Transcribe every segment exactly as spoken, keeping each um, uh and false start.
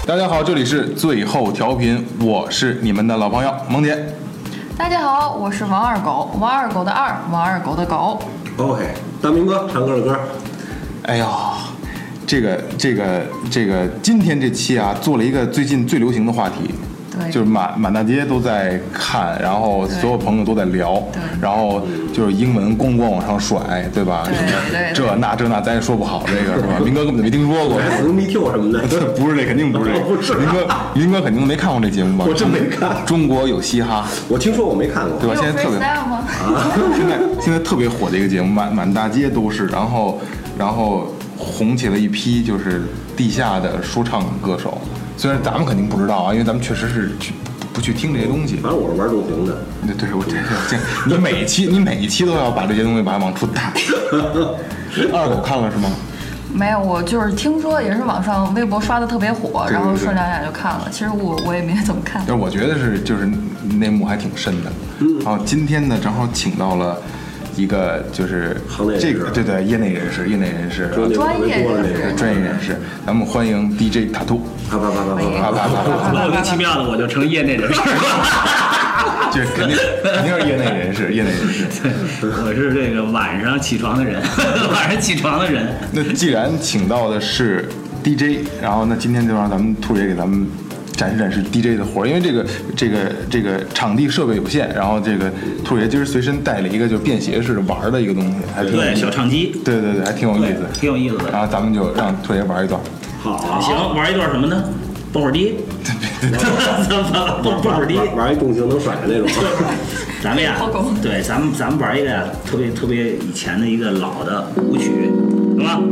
大家好，这里是最后调频，我是你们的老朋友萌姐。 大家好，我是王二狗，王二狗的二，王二狗的狗。 OK， 大明哥唱歌的歌。 哎呦，这个这个这个，今天这期啊，做了一个最近最流行的话题。就是满满大街都在看，然后所有朋友都在聊，然后就是英文咣咣往上甩，对吧？ 对对对这那这那咱也说不好这个是吧？明哥根本就没听说过 ，S M T 什么的， 不是这，肯定不是这。 不是明哥，明哥肯定没看过这节目吧？ 我真没看。 中国有嘻哈， 我听说我没看过， 对吧？现在特别吗？ 现在现在特别火的一个节目，满满大街都是，然后然后红起了一批就是地下的说唱歌手。虽然咱们肯定不知道啊，因为咱们确实是去不去听这些东西。 反正我是玩重型的。 对对，我这这，你每一期你每一期都要把这些东西把它往出打。二狗看了是吗？ 没有，我就是听说也是网上微博刷的特别火，然后顺两眼就看了。其实我我也没怎么看。 但是我觉得是就是内幕还挺深的。嗯。然后今天呢，正好请到了一个就是这个对对业内人士，业内人士， 专业人士， 专业人士，咱们欢迎 D J 塔图。 啪啪啪啪啪啪啪啪！ 莫名其妙的我就成业内人士了。 这肯定肯定是业内人士，业内人士。 我是这个晚上起床的人，晚上起床的人。 那既然请到的是 D J， 然后那今天就让咱们兔爷给咱们展示展示 D J 的活儿，因为这个这个这个场地设备有限，然后这个兔爷今儿随身带了一个就便携式玩的一个东西，还挺对小唱机， 对对对，还挺有意思， 挺有意思的。 然后咱们就让兔爷玩一段。 好，行，玩一段什么呢？蹦会儿迪，蹦蹦会儿迪， 玩一重型能甩的那种。 咱们呀，对，咱们咱们玩一个呀，特别特别以前的一个老的舞曲，行吗？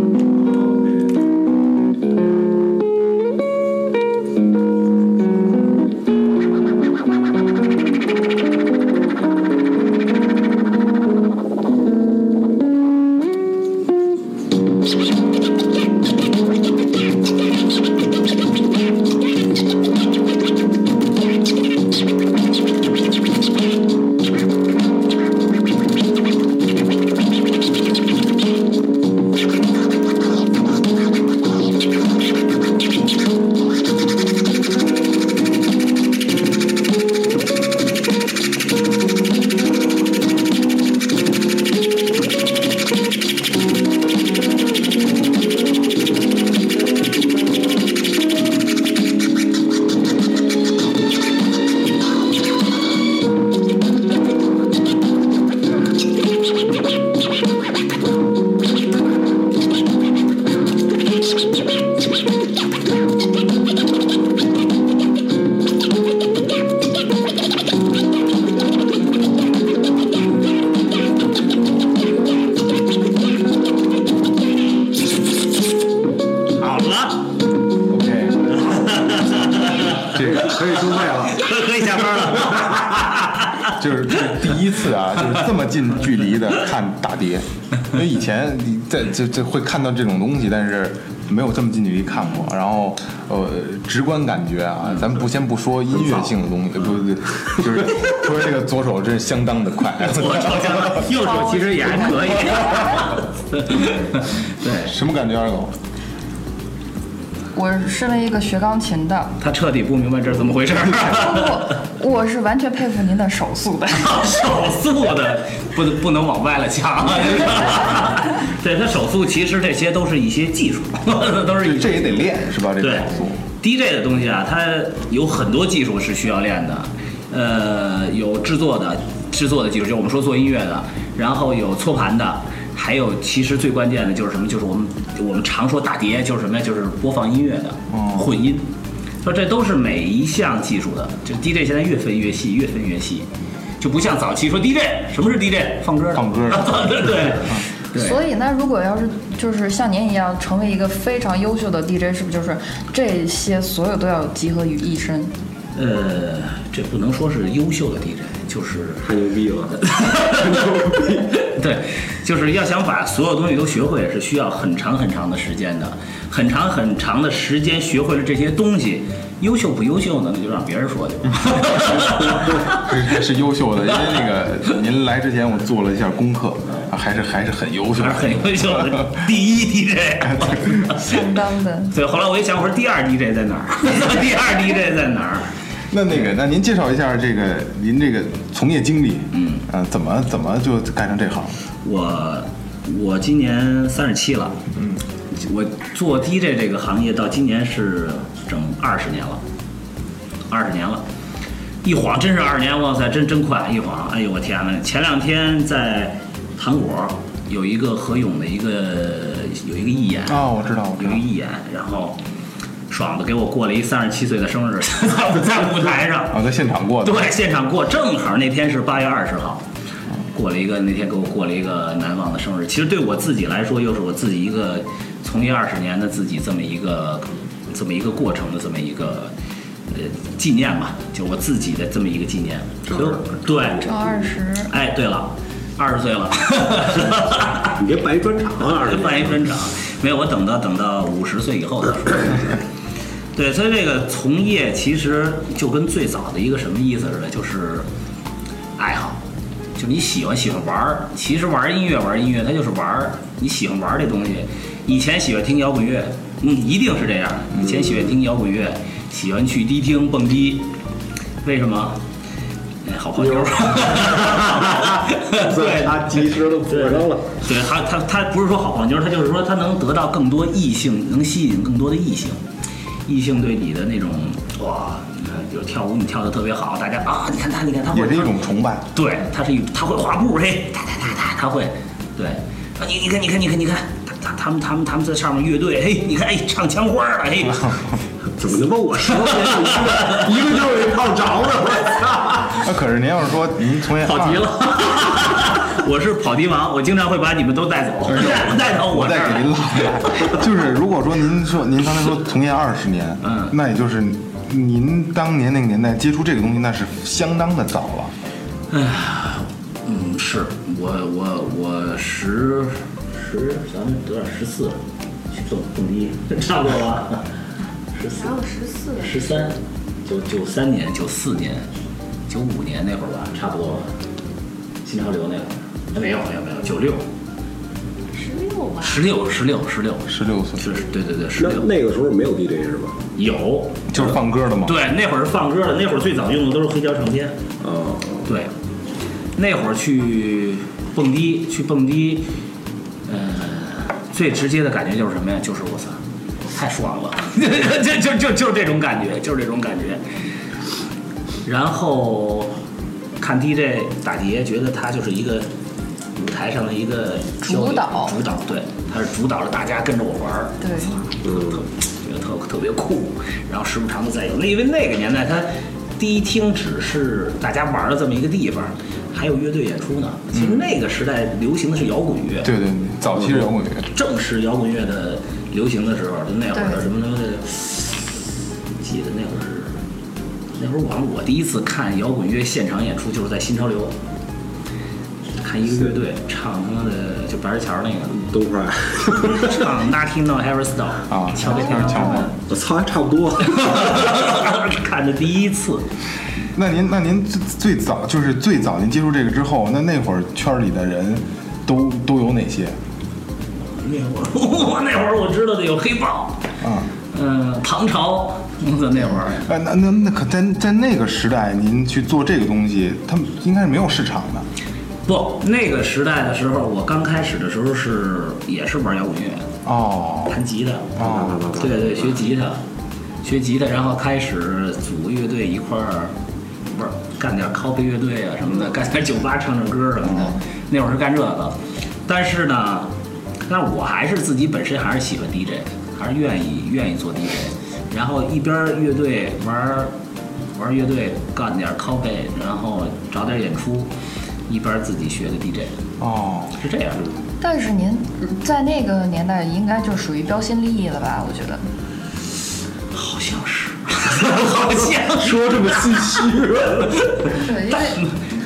近距离的看打碟，因为以前你在这这会看到这种东西，但是没有这么近距离看过。然后呃，直观感觉啊，咱们不先不说音乐性的东西，不不，就是说这个左手真是相当的快，左手相当，右手其实也还可以。对， 什么感觉，二狗？ 我身为一个学钢琴的， 他彻底不明白这是怎么回事。 不，我是完全佩服您的手速的。 手速的不不能往歪了讲。对，他手速其实这些都是一些技术，都是这也得练是吧？这个手速。 D J 的东西啊，它有很多技术是需要练的，呃，有制作的制作的技术，就是我们说做音乐的，然后有搓盘的。还有，其实最关键的就是什么？就是我们我们常说打碟，就是什么呀？就是播放音乐的混音。说这都是每一项技术的。就 D J 现在越分越细，越分越细，就不像早期说 D J 什么是 D J 放歌放歌对对对。 所以那如果要是就是像您一样成为一个非常优秀的 D J， 是不是就是这些所有都要集合于一身？ 呃，这不能说是优秀的 D J， 就是太牛逼了。 对，就是要想把所有东西都学会，是需要很长很长的时间的，很长很长的时间学会了这些东西， 优秀不优秀呢？那就让别人说去。 是是优秀的，因为那个您来之前我做了一下功课，还是还是很优秀的， 很优秀的第一 D J， 相当的。 对，后来我一想，我说第二 D J 在哪儿？第二 D J 在哪儿？ 那那个，那您介绍一下这个您这个从业经历，嗯，啊，怎么怎么就干成这行？ 我我今年三十七了，嗯，我做 D J 这个行业到今年是整二十年了，二十年了，一晃真是二十年，哇塞，真真快，一晃，哎呦我天呐！前两天在糖果有一个何勇的一个有一个义演啊、哦，我知道，我知道有一个义演，然后。爽的给我过了一三十七岁的生日，在在舞台上啊，在现场过的。 对，现场过，正好那天是八月二十号，过了一个那天给我过了一个难忘的生日。其实对我自己来说，又是我自己一个从业二十年的自己这么一个这么一个过程的这么一个呃纪念吧，就我自己的这么一个纪念。对， 正二十。 哎，对了，二十岁了。 你别办一专场啊！二十办一专场，没有，我等到等到五十岁以后再说。对，所以这个从业其实就跟最早的一个什么意思似的，就是爱好，就你喜欢喜欢玩儿。其实玩音乐玩音乐，它就是玩儿。你喜欢玩这东西，以前喜欢听摇滚乐，嗯，一定是这样。以前喜欢听摇滚乐，喜欢去迪厅蹦迪，为什么？好泡妞， 对他及时的补上了。 对他，他他不是说好泡妞，他就是说他能得到更多异性，能吸引更多的异性。异性对你的那种哇，你看有跳舞你跳得特别好，大家啊，你看他，你看他会， 也是一种崇拜。 对，他是一他会滑步，嘿，哒哒哒哒，他会，对，啊你你看你看你看你看，他他们他们他们在上面乐队，嘿，你看哎唱枪花了，嘿。 怎么能把我十年一个一个就是一套着了？我操！ 那可是您要是说您从业跑题了，我是跑题王，我经常会把你们都带走，带到我再给您拉回来。就是如果说您说您刚才说从业二十年，嗯，那也就是您当年那个年代接触这个东西，那是相当的早了。 哎呀，嗯，是我我我十十咱们多少十四去蹦蹦迪，差不多吧。十四，十四，十三，九九三年，九四年，九五年那会儿吧，差不多吧。新潮流那会儿，没有没有没有，九六， 十六吧， 十六十六十六十六岁， 是，对对对，十六。 那个时候没有 D J 是吧？ 有， 就是放歌的吗？ 对，那会儿是放歌的，那会儿最早用的都是黑胶唱片。 哦， 对，那会儿去蹦迪，去蹦迪，呃，最直接的感觉就是什么呀？就是我操。太爽了，就就就就是这种感觉，就是这种感觉。然后看 D J 打碟，觉得他就是一个舞台上的一个主导， 主导，对，他是主导着大家跟着我玩儿， 对， 嗯，觉得特特别酷。然后时不常的再有，那因为那个年代，他迪厅只是大家玩的这么一个地方，还有乐队演出呢。其实那个时代流行的是摇滚乐， 对对对，早期是摇滚乐， 正是摇滚乐的。流行的时候，就那会儿什么什么的，记得那会儿，那会儿我我第一次看摇滚乐现场演出就是在新潮流，看一个乐队唱他妈的就白石桥那个东快， 唱 Nothing No Ever Stop 啊， 敲给天上的， 我操，还差不多， 看的第一次。 那您那您最最早就是最早您接触这个之后，那那会儿圈里的人都都有哪些？ 那会儿，我那会儿我知道的有黑豹， 啊， 嗯，唐朝，在那会儿。 呃，那那那可在在那个时代，您去做这个东西，他们应该是没有市场的。 不，那个时代的时候，我刚开始的时候是也是玩摇滚乐， 哦， 弹吉他， 哦， 对对，学吉他，学吉他，然后开始组个乐队一块儿玩，干点 copy 乐队啊什么的，干点酒吧唱唱歌什么的，那会儿是干这个，但是呢。但是我还是自己本身还是喜欢 D J， 还是愿意愿意做 D J， 然后一边乐队玩玩乐队，干点 copy， 然后找点演出，一边自己学的 D J。 哦， 是这样。 但是您在那个年代应该就属于标新立异了吧？我觉得。 好像是，好像说这么心虚。 对，因为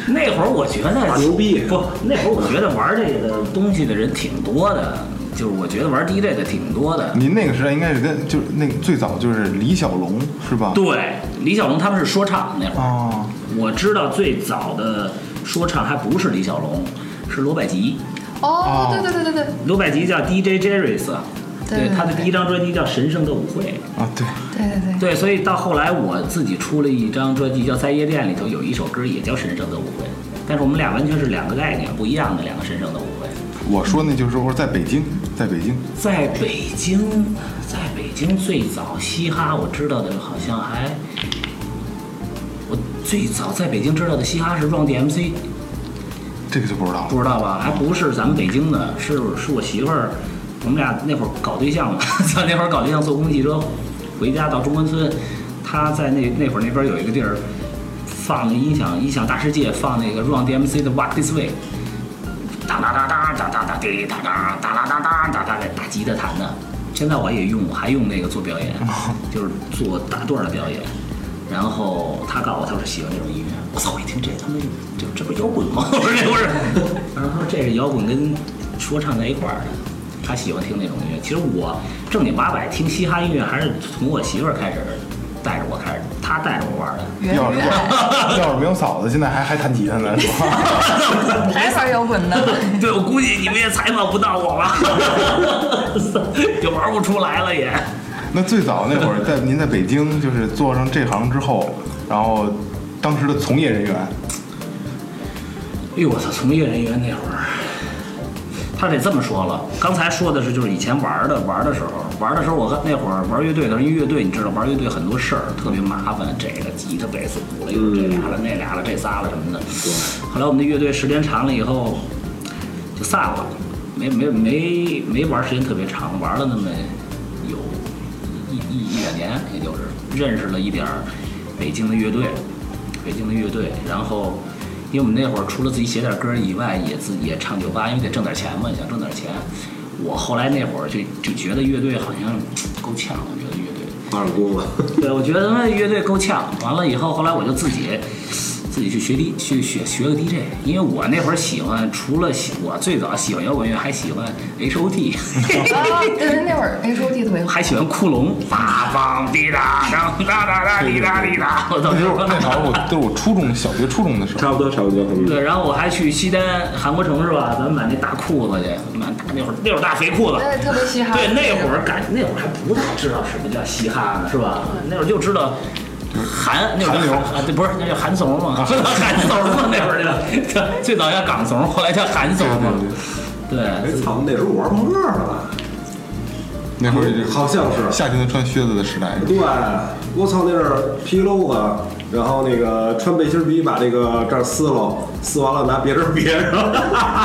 那会儿我觉得大牛逼不，那会儿我觉得玩这个东西的人挺多的，就是我觉得玩 D J 的挺多的。 您那个时代应该是跟就是那个最早就是李小龙是吧？ 对，李小龙他们是说唱那会儿。 哦， 我知道最早的说唱还不是李小龙，是罗百吉。 哦，对对对对对， 罗百吉叫 D J Jerry's。 对， 他的第一张专辑叫《神圣的舞会》 啊，对， 对对对， 对，所以到后来我自己出了一张专辑叫《在夜店》，里头有一首歌也叫《神圣的舞会》，但是我们俩完全是两个概念，不一样的两个神圣的舞会。 我说那就是说在北京，在北京， 在北京，在北京最早嘻哈我知道的好像还，我最早在北京知道的嘻哈是 Run D M C， 这个就不知道了， 不知道吧？还不是咱们北京的，是是我媳妇儿。我们俩那会儿搞对象嘛，在那会儿搞对象坐公共汽车，回家到中关村，他在那那会儿那边有一个地儿，放那音响音响大世界，放那个 Run D M C 的 Walk This Way， 哒哒哒哒哒哒哒滴哒哒哒啦哒哒哒哒打吉他弹的，现在我也用，还用那个做表演，就是做大段的表演。然后他告诉我，他说喜欢这种音乐，我操！我一听这他妈就这不是摇滚吗？我说这不是，然后这是摇滚跟说唱在一块儿的。他喜欢听那种音乐，其实我正经八百听嘻哈音乐还是从我媳妇儿开始带着我开始，她带着我玩的。 要是要是没有嫂子，现在还还弹吉他呢，是吧？ 还玩摇滚呢？ 对，我估计你们也采访不到我吧，就玩不出来了也。 那最早那会儿，在您在北京就是做上这行之后，然后当时的从业人员， 哎呦我操，从业人员那会儿。他得这么说了，刚才说的是就是以前玩的玩的时候，玩的时候我那会儿玩乐队的时候，因为乐队你知道玩乐队很多事儿特别麻烦，这个吉他贝斯鼓了一会儿这俩了那俩了这仨了什么的。后来我们的乐队时间长了以后就散了，没没没没玩时间特别长，玩了那么有一一一两年，也就是认识了一点北京的乐队，北京的乐队，然后。因为我们那会儿除了自己写点歌以外，也自也唱酒吧，因为得挣点钱嘛，想挣点钱。我后来那会儿就就觉得乐队好像够呛，我觉得乐队发展功了。 对，我觉得乐队够呛。完了以后，后来我就自己自己去学 D 去学学个 D J， 因为我那会儿喜欢，除了喜我最早喜欢摇滚乐，还喜欢 H O T。 啊，对对，那会儿 H O T 特别好。 还喜欢库龙，哒梆滴答当哒哒哒滴答滴答。我操， 那时候那好像我都是我初中小学初中的时候， 差不多差不多。 对，然后我还去西单韩国城是吧？咱们买那大裤子去，买大那会儿那会儿大肥裤子， 对，特别嘻哈。 对，那会儿感那会儿还不太知道什么叫嘻哈呢，是吧？那会儿就知道。韩那会儿啊，对，不是那叫韩怂嘛，韩怂嘛，那会儿叫最早叫港怂，后来叫韩怂嘛。对， 哎操，那时候我玩碰个了。 那会儿好像是夏天都穿靴子的时代。 对，我操，那是皮褛子，然后那个穿背心皮把这个这儿撕了，撕完了拿别针别上。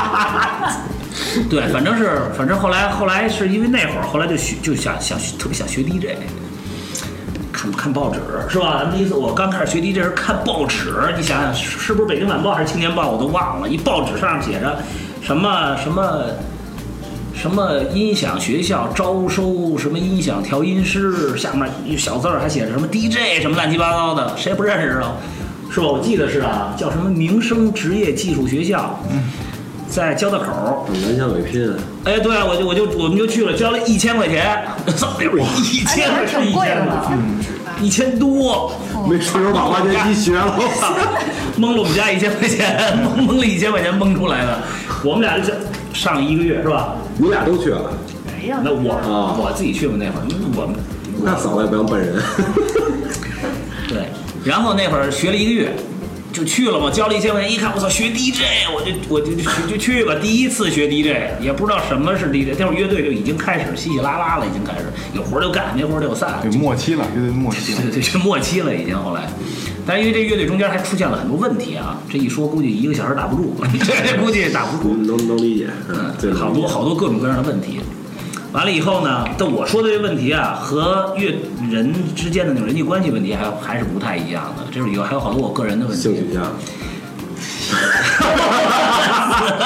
对，反正是，反正后来后来是因为那会儿，后来就学就想想特别想学 D J。看看报纸是吧？咱第一次我刚开始学 D J 是看报纸，你想想是不是《北京晚报》还是《青年报》，我都忘了。一报纸上写着什么什么什么音响学校招收什么音响调音师，下面一小字儿还写着什么 D J 什么乱七八糟的，谁也不认识啊？是吧？我记得是啊，叫什么民生职业技术学校。嗯。在交道口， 南翔北拼。 哎，对啊，我就我就我们就去了，交了一千块钱，一千还挺贵的嘛， 一千多， 没顺手把花钱机学了， 蒙了我们家一千块钱，蒙蒙了一千块钱蒙出来的，我们俩就上一个月是吧？ 你俩都去了？ 没呀， 那我啊，我自己去过那会儿，我们那嫂子也不用笨人。 对，然后那会儿学了一个月。就去了嘛，交了一千块钱，一看我操，学 D J， 我就我就就就去吧。第一次学 D J， 也不知道什么是 D J， 那会儿乐队就已经开始稀稀拉拉了，已经开始有活就干，没活就散， 有默契了，乐队默契了， 对对对，默契了已经。后来，但是因为这乐队中间还出现了很多问题啊，这一说估计一个小时打不住，这估计打不住， 能能理解，嗯，对， 好多好多各种各样的问题。完了以后呢，但我说的这个问题啊，和乐人之间的那种人际关系问题还还是不太一样的，这是有还有好多我个人的问题。 性取向。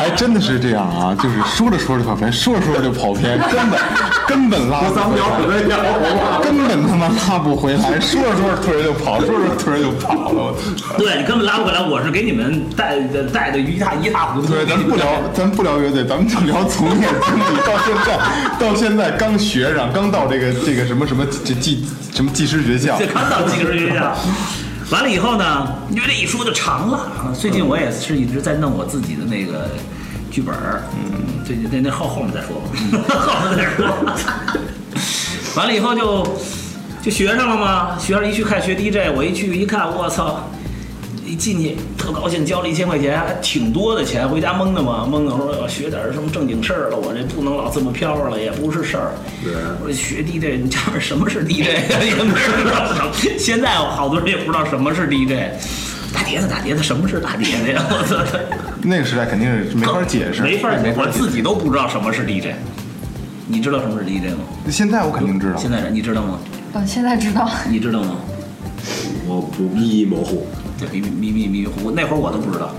还真的是这样啊，就是说着说着跑偏，说着说着就跑偏，根本根本拉不回来，根本他妈拉不回来，说着说着突然就跑，说着突然就跑了。 对你根本拉不回来，我是给你们带的带的一塌一塌糊涂。 对，咱不聊，咱不聊乐队，咱们就聊从业经历。到现在，到现在刚学上，刚到这个这个什么什么这技什么技师学校， 这刚到技师学校。完了以后呢，因为这一说就长了啊。最近我也是一直在弄我自己的那个剧本儿，嗯，最近那那后后面再说吧，后面再说。完了以后就就学上了嘛，学上一去看学 D J， 我一去一看，我操！一进去特高兴，交了一千块钱，还挺多的钱，回家蒙的嘛，蒙的说要学点什么正经事儿了，我这不能老这么飘了，也不是事儿。我说学 D J， 你家边什么是 D J 呀？也没人知道什么。现在好多人也不知道什么是 D J。打碟子打碟子，什么是打碟子呀？我操！ 那个时代肯定是没法解释， 没法解释， 我自己都不知道什么是 D J。你知道什么是 D J 吗？ 现在我肯定知道。 现在人你知道吗？ 呃，现在知道。 你知道吗？ 我不迷迷模糊。 迷迷迷迷迷糊，那会儿我都不知道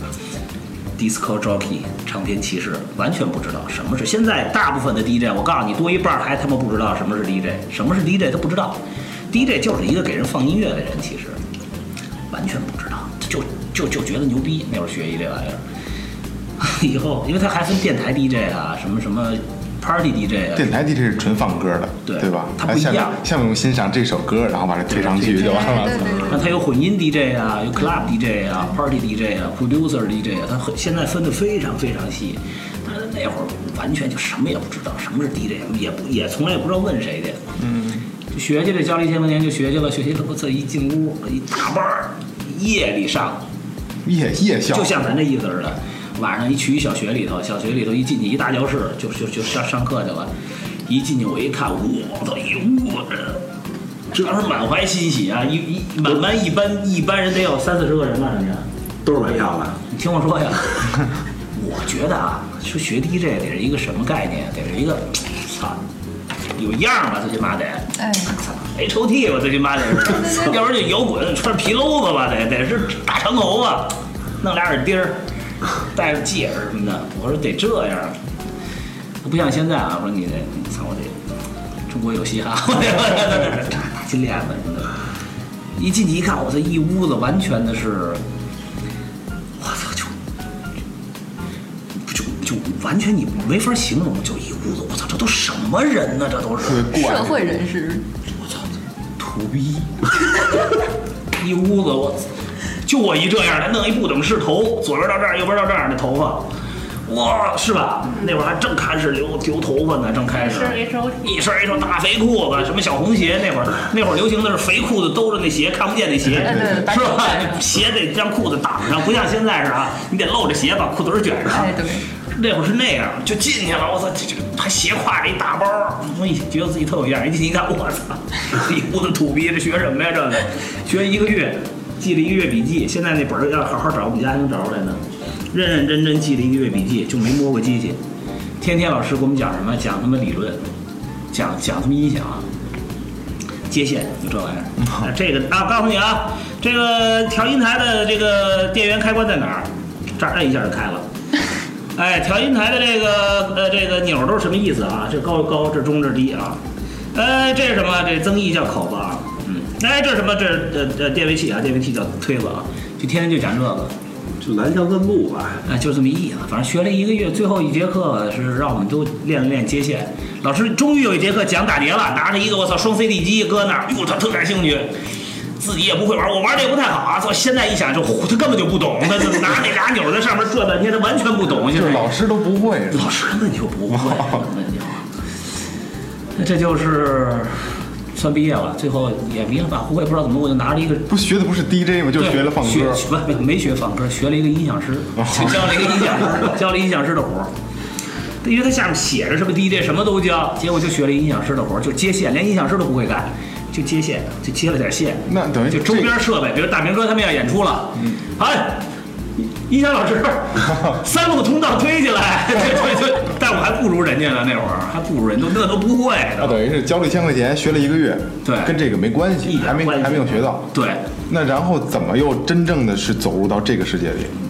，disco jockey 唱片骑士完全不知道什么是。现在大部分的 D J， 我告诉你，多一半还他妈不知道什么是 D J， 什么是 D J 他不知道 ，D J 就是一个给人放音乐的人，其实完全不知道，就就就觉得牛逼。那会儿学一这玩意儿，以后因为他还分电台 D J 啊，什么什么。Party D J 啊， 电台 D J 是纯放歌的， 对对吧？ 它不一样。 下面我们欣赏这首歌，然后把它推上去就完了。 那它有混音 D J 啊，有 Club D J 啊 ，Party D J 啊 ，Producer D J 啊，它现在分得非常非常细。但是那会儿完全就什么也不知道，什么是 D J， 也不也从来也不知道问谁去。嗯，就学去了，交了一千块钱就学去了，学去了，我操！一进屋一大班儿，夜里上， 夜夜校， 就像咱这意思似的。晚上一去一小学里头，小学里头一进去一大教室，就就就上上课去了。一进去我一看，我操，一屋子人，这当时满怀欣喜啊！一一满班一班一班人得有三四十个人吧，人家都是买票的。 你听我说呀，我觉得啊，说学 D J 得是一个什么概念？得是一个，操，有样吧，最起码得， 哎， 操 ，H O T 吧，最起码得，要不然就摇滚，穿皮褛子吧，得得是大长头发，弄俩耳钉儿。戴着戒指什么的，我说得这样，不像现在啊。我说你这，操我这，中国有嘻哈，大金链子什么的。一进去一看，我这一屋子完全的是，我操，就就就完全你没法形容，就一屋子，我操，这都什么人呢？这都是社会人士。 我操，土逼，一屋子我。就我一这样的，弄一不等式头，左边到这儿，右边到这儿的头发，哇，是吧？那会儿还正开始留留头发呢，正开始。一身一双大肥裤子，什么小红鞋，那会儿那会儿流行的是肥裤子兜着那鞋，看不见那鞋，是吧？鞋得让裤子挡上，不像现在是啊，你得露着鞋把裤腿卷上。 哎，对。 那会儿是那样，就进去了，我操，这这还斜挎着一大包，我觉得自己特有样，一进一看，我操，一屋子土逼，这学什么呀？这个学一个月。记了一个月笔记，现在那本儿要好好找，我们家还能找出来呢。认认真真记了一个月笔记，就没摸过机器。天天老师给我们讲什么？讲他妈理论，讲讲他妈音响，接线，就这玩意儿。啊、这个啊，告诉你啊，这个调音台的这个电源开关在哪儿？这儿摁一下就开了。哎，调音台的这个呃这个钮都是什么意思啊？这高高，这中，这低啊。呃，这是什么？这增益叫口子啊。哎，这是什么？这呃呃电位器啊，电位器叫推子啊，就天天就讲这个， 就南向分布吧。 哎，就这么意思。反正学了一个月，最后一节课是让我们都练了练接线。老师终于有一节课讲打碟了，拿着一个我操双 C D 机搁那儿，哟，他特感兴趣，自己也不会玩，我玩的也不太好啊。操，现在一想就他根本就不懂，他就拿那俩钮在上面转半天，他完全不懂。 就是老师都不会， 老师根本就不会，根本就。那这就是。算毕业了，最后也迷了吧，我也不知道怎么，我就拿着一个不学的不是 D J 吗？就学了放歌， 不没学放歌，学了一个音响师，就教了一个音响师，教了音响师的活儿。因为他下面写着什么 D J 什么都教，结果就学了音响师的活儿，就接线，连音响师都不会干，就接线，就接了点线。 那等于就周边设备，比如大明哥他们要演出了，嗯，哎。音响老师，三路通道推起来，对对对，但我还不如人家呢，那会儿还不如人，都那都不会的。 啊，等于是交了一千块钱，学了一个月， 对， 跟这个没关系，还没还没有学到。 对， 那然后怎么又真正的是走入到这个世界里？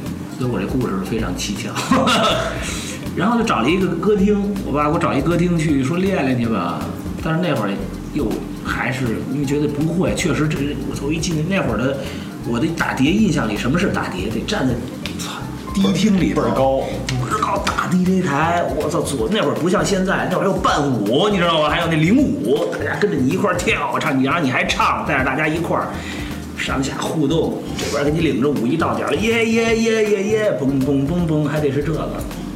所以我这故事非常蹊跷。然后就找了一个歌厅，我爸给我找一歌厅去，说练练去吧。但是那会儿又还是因为觉得不会，确实这我从一进去那会儿的我的打碟印象里，什么是打碟？得站在迪厅里倍儿高， 倍儿高大 D J 台，我操！左那会儿不像现在，那会儿有伴舞，你知道吗？还有那领舞，大家跟着你一块儿跳唱，你然后你还唱，带着大家一块儿上下互动，这边给你领着舞，一到点了，耶耶耶耶耶，嘣嘣嘣嘣，还得是这个。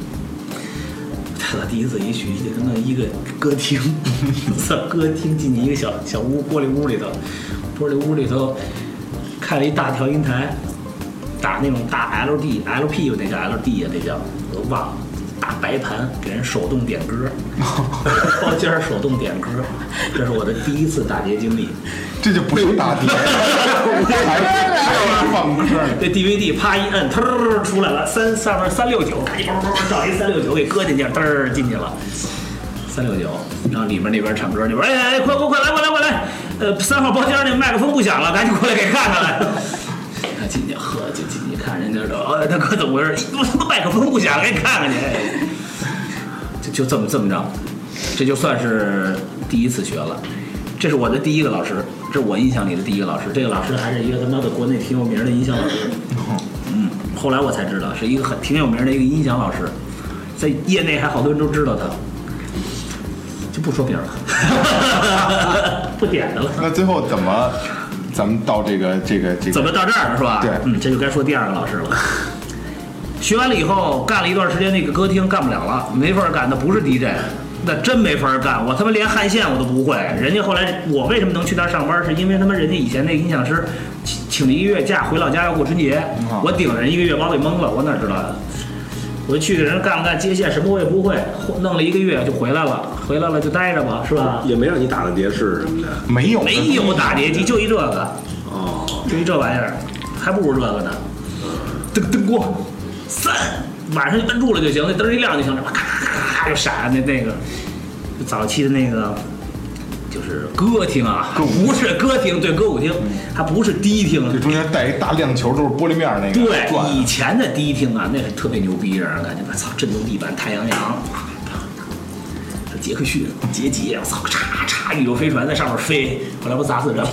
我第一次一去，就跟那一个歌厅，歌厅进去一个小小屋，玻璃屋里头，玻璃屋里头开了一大调音台，打那种大 L D L P 那叫 L D 呀，那叫我都忘了。大白盘给人手动点歌，包间手动点歌，这是我的第一次打碟经历。 这就不是打碟，还还有放歌。 这 D V D 啪一摁，突出来了，三上面三六九，咔一包包找一三六九给搁进去，嘚儿进去了，三六九，然后里面那边唱歌，那边哎哎快快快来快来快来，呃三号包间那麦克风不响了，赶紧过来给看看来。进去喝就进去看人家说，哦，大哥怎么回事？我他妈麦克风不响，给你看看去。就就这么这么着，这就算是第一次学了。这是我的第一个老师，这是我印象里的第一个老师。这个老师还是一个他妈的国内挺有名的音响老师。嗯，后来我才知道是一个很挺有名的一个音响老师，在业内还好多人都知道他。就不说别人了，不点的了。 那最后怎么？咱们到这个这个这个， 怎么到这儿了是吧？ 对， 嗯，这就该说第二个老师了。学完了以后，干了一段时间，那个歌厅干不了了，没法干，那不是 D J， 那真没法干。我他妈连焊线我都不会。人家后来，我为什么能去那儿上班，是因为他妈人家以前那个音响师请请了一个月假，回老家要过春节，嗯、我顶人一个月，把我给蒙了，我哪知道呀？我去给人干不干接线什么我也不会，弄了一个月就回来了，回来了就待着吧，是吧？ 也没让你打个碟式什么的， 没有， 没有打碟机，就一这个， 哦， 就一这玩意儿，还不如这个呢。灯灯光，散，晚上就摁住了就行，那灯一亮就行，这咔咔咔咔就闪，那那个早期的那个。就是歌厅啊，不是歌厅，对，歌舞厅，还不是迪厅。 这中间带一大亮球，都是玻璃面那个。 对，以前的迪厅啊，那是特别牛逼，让人感觉，我操，震动地板，太阳阳。这杰克逊、杰杰，我操，嚓嚓，宇宙飞船在上面飞，后来不砸死人了。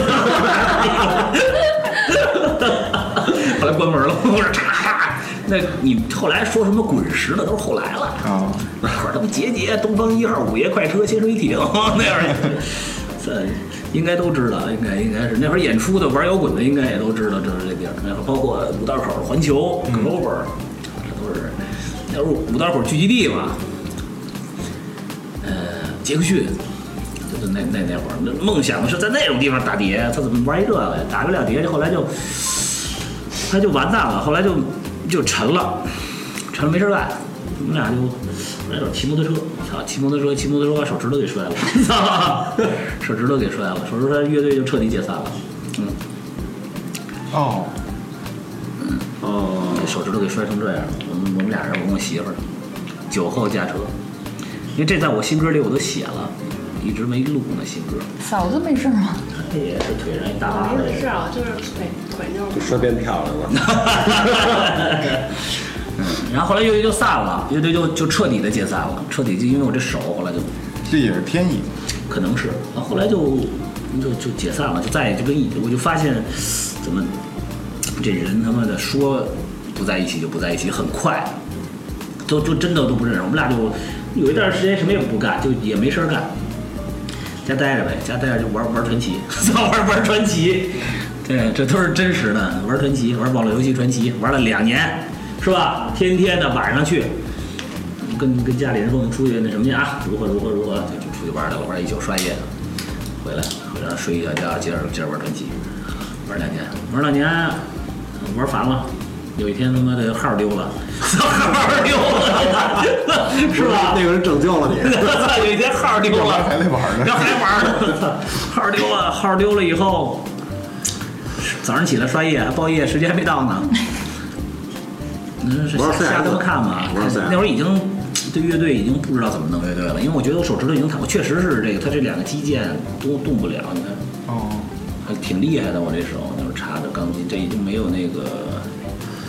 后来关门了，我说嚓嚓。那你后来说什么滚石的都是后来了啊！那会儿他们节节东方一号、午夜快车、潜水艇那样的，这应该都知道，应该应该是那会儿演出的玩摇滚的应该也都知道这是这地儿。那会儿包括五道口、环球、Clover，这都是那会儿五道口聚集地嘛。呃，杰克逊，就是那那那会儿，那梦想是在那种地方打碟，他怎么玩一这个呀？打不了碟，后来就他就完蛋了，后来就。就沉了，沉了没事干，我们俩就那会儿骑摩托车，操，骑摩托车，骑摩托车把手指头给摔了，操，手指头给摔了，手指头摔，乐队就彻底解散了，嗯， 哦， 嗯，哦，手指头给摔成这样，我们我们俩人，我跟我媳妇儿，酒后驾车，因为这在我新歌里我都写了，一直没录呢新歌。 嫂子没事吗？ 她也是腿上一大疤。 没事啊，就是腿腿那就摔变漂亮了。 嗯，然后后来乐队就散了，乐队就就彻底的解散了，彻底就因为我这手后来就， 这也是天意， 可能是，后来就就就解散了，就再也就跟我就发现，怎么这人他妈的说不在一起就不在一起，很快，都就真的都不认识，我们俩就有一段时间什么也不干，就也没事干，家待着呗，家待着就玩玩传奇，玩玩传奇，对，这都是真实的，玩传奇，玩网络游戏传奇，玩了两年。是吧？天天的晚上去，跟跟家里人说我们出去那什么去啊？如何如何如何？就出去玩来了，玩一宿刷夜，回来回来睡一觉觉，接着接着玩传奇，玩两年，玩两年，玩烦了。有一天他妈的号丢了，号丢了，是吧？ 那个人拯救了你。 有一天号丢了， 还得玩呢， 要还玩呢。号丢了，号丢了以后，早上起来刷夜还包夜，时间还没到呢。嗯，是瞎瞎他们看嘛。那会儿已经对乐队已经不知道怎么弄乐队了，因为我觉得我手指头已经弹，我确实是这个，他这两个肌腱都动不了，你看。哦。还挺厉害的，我这手那会儿插着钢筋，这已经没有那个，这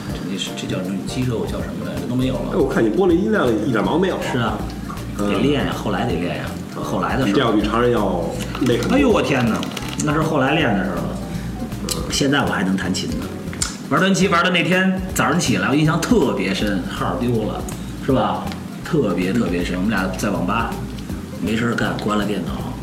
这叫肌肉叫什么来着？都没有了。 哎，我看你播的音量一点毛没有。 是啊，得练呀，后来得练呀。后来的时候， 比这要比常人要累很多。 哎呦我天哪，那是后来练的时候了。现在我还能弹琴呢。玩端棋玩的那天早上起来，我印象特别深，号丢了，是吧？特别特别深。我们俩在网吧，没事干，关了电脑，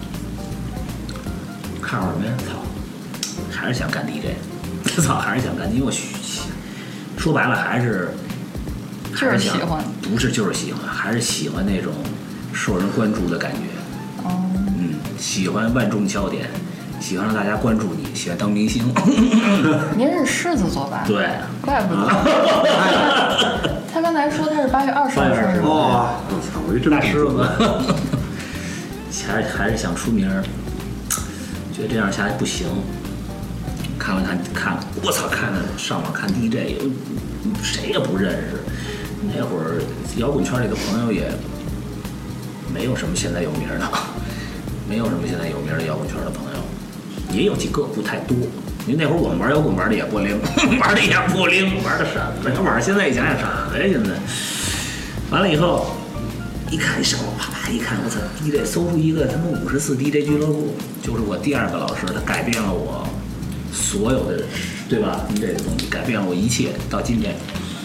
看会儿什么呀？操，还是想干 D J。操，还是想干，因为我说白了还是就是喜欢， 不是就是喜欢，还是喜欢那种受人关注的感觉。 哦， 嗯，喜欢万众焦点，喜欢让大家关注你，喜欢当明星。 您是狮子座吧？ 对， 怪不得。他刚才说他是八月二十号生日。 哦，我操，我一真大狮子。还是还是想出名，觉得这样下来不行。看了看看，我操！看了上网看 D J， 谁也不认识。那会儿摇滚圈里的朋友也没有什么现在有名的，没有什么现在有名的摇滚圈的朋友，也有几个不太多。因为那会儿我们玩摇滚玩的也不灵，玩的也不灵，玩的什么玩？现在一想想啥呀？现在完了以后，一看上网啪啪一看，我操 ！D J 搜出一个他妈五十四 D J 俱乐部，就是我第二个老师，他改变了我。所有的，对吧？这个东西改变了我一切，到今天。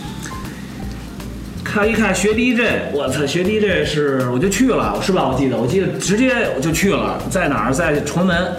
看一看学 D J， 我操，学 D J 是我就去了，是吧？我记得，我记得直接我就去了，在哪儿？在崇文，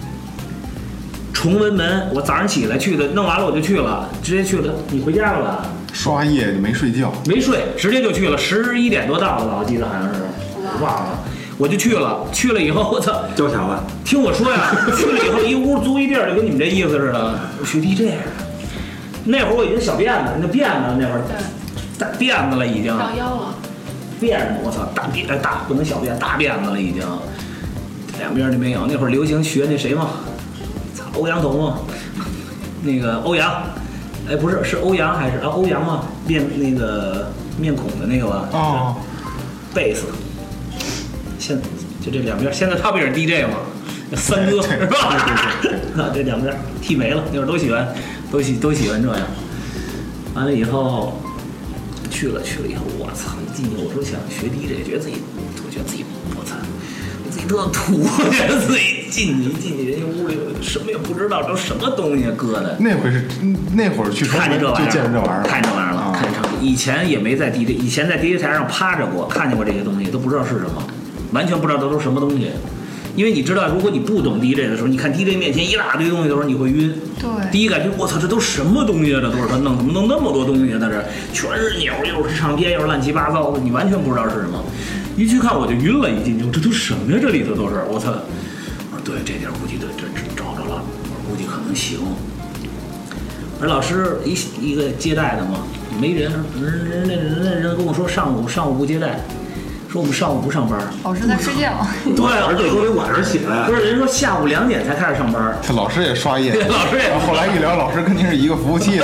崇文门。我早上起来去的，弄完了我就去了，直接去了。你回家了吧？ 刷夜就没睡觉， 没睡，直接就去了，十一点多到了吧？我记得好像是，我忘了。我就去了，去了以后，我操， 交钱了。 听我说呀，去了以后一屋租一地儿，就跟你们这意思似的。学 D J， 那会儿我已经小辫子，那辫子那会儿大辫子了已经。 上腰了。 辫子，我操，大辫大不能小辫，大辫子了已经。两边都没有。那会儿流行学那谁嘛，操，欧阳彤嘛，那个欧阳，哎不是是欧阳还是啊欧阳嘛，面那个面孔的那个吧。 哦。 贝斯。现就这两边，现在他不也是 D J 吗？三哥是吧？啊，这两边剃没了，那会儿都喜欢，都喜都喜欢这样。完了以后去了去了以后，我操！一进去我说想学 D J， 觉得自己，我觉得自己我操，自己特土，我觉得自己进去一进去人家屋里什么也不知道，都什么东西搁的。 那会是那会儿去看见这玩意儿， 就见这玩意儿， 看这玩意儿了，看这。以前也没在 D J， 以前在 D J 台上趴着过，看见过这些东西，都不知道是什么。完全不知道这都是什么东西，因为你知道，如果你不懂 D J 的时候，你看 D J 面前一大堆东西的时候，你会晕。 对。 第一感觉，我操，这都什么东西啊？这都是他弄，怎么弄那么多东西在这？全是钮，又是唱片，又是乱七八糟的，你完全不知道是什么。一去看我就晕了，一进去，这都什么呀？这里头都是，我操！我说对，这地儿估计这这找着了，我估计可能行。而老师一一个接待的嘛，没人，人人那人那人跟我说上午上午不接待。说我们上午不上班， 老师在睡觉。 对， 而且都得晚上起来。 不是，人说下午两点才开始上班。 他老师也刷夜， 老师也。 后来一聊，老师跟您是一个服务器的。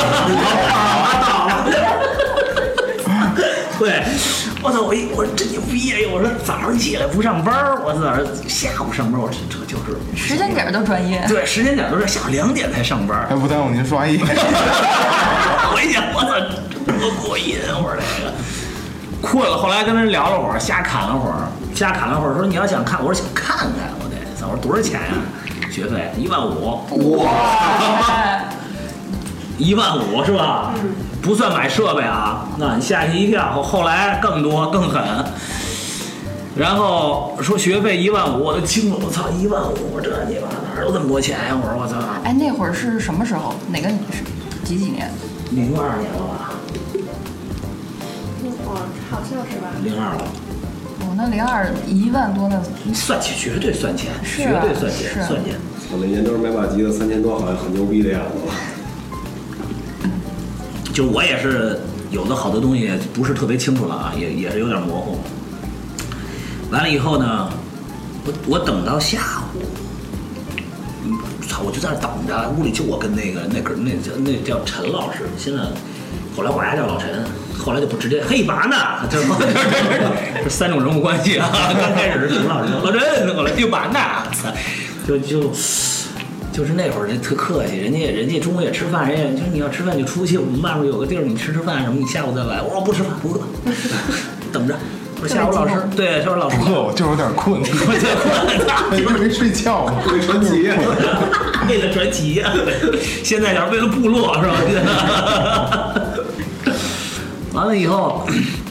对，我操！我一我说真牛逼呀！我说早上起来不上班，我早上下午上班，我说这就是时间点都专业。 对，时间点都是下午两点才上班， 还不耽误您刷夜。 我一想，我操，多过瘾！我说这个。困了，后来跟人聊了会儿，瞎侃了会儿，瞎侃了会儿，说你要想看，我说想看看，我得，我说多少钱呀、啊？学费一万五，哇，一万五是吧？嗯、不算买设备啊，那你吓你一跳。后来更多更狠，然后说学费一万五，我就惊了，我操，一万五，这你妈哪有这么多钱呀、啊？我说我操！ 哎，那会儿是什么时候？哪个是几几年？ 零二年了吧？ 哦，好像是吧。 零二了。 哦，那零二一万多，那你算钱绝对算钱， 是绝对算钱，算钱。 我那年都是买把吉他三千多，好像很牛逼的样子了。 就我也是有的好多东西不是特别清楚了啊，也也是有点模糊。完了以后呢，我我等到下午，嗯，操，我就在那等着，屋里就我跟那个那个那叫那叫陈老师，现在后来管他叫老陈。后来就不直接嘿拔呢，这这三种人物关系啊。刚开始是陈老师，老陈，后来就拔呢，就就就是那会儿这特客气，人家人家中午也吃饭，人家就是你要吃饭就出去，我们外面有个地儿，你吃吃饭什么，你下午再来。我说不吃饭不饿，等着。我说下午老师对，他说老师不饿，我就是有点困，我就困，没睡觉嘛， 为传奇， 为了传奇，现在点为了部落是吧？完了以后，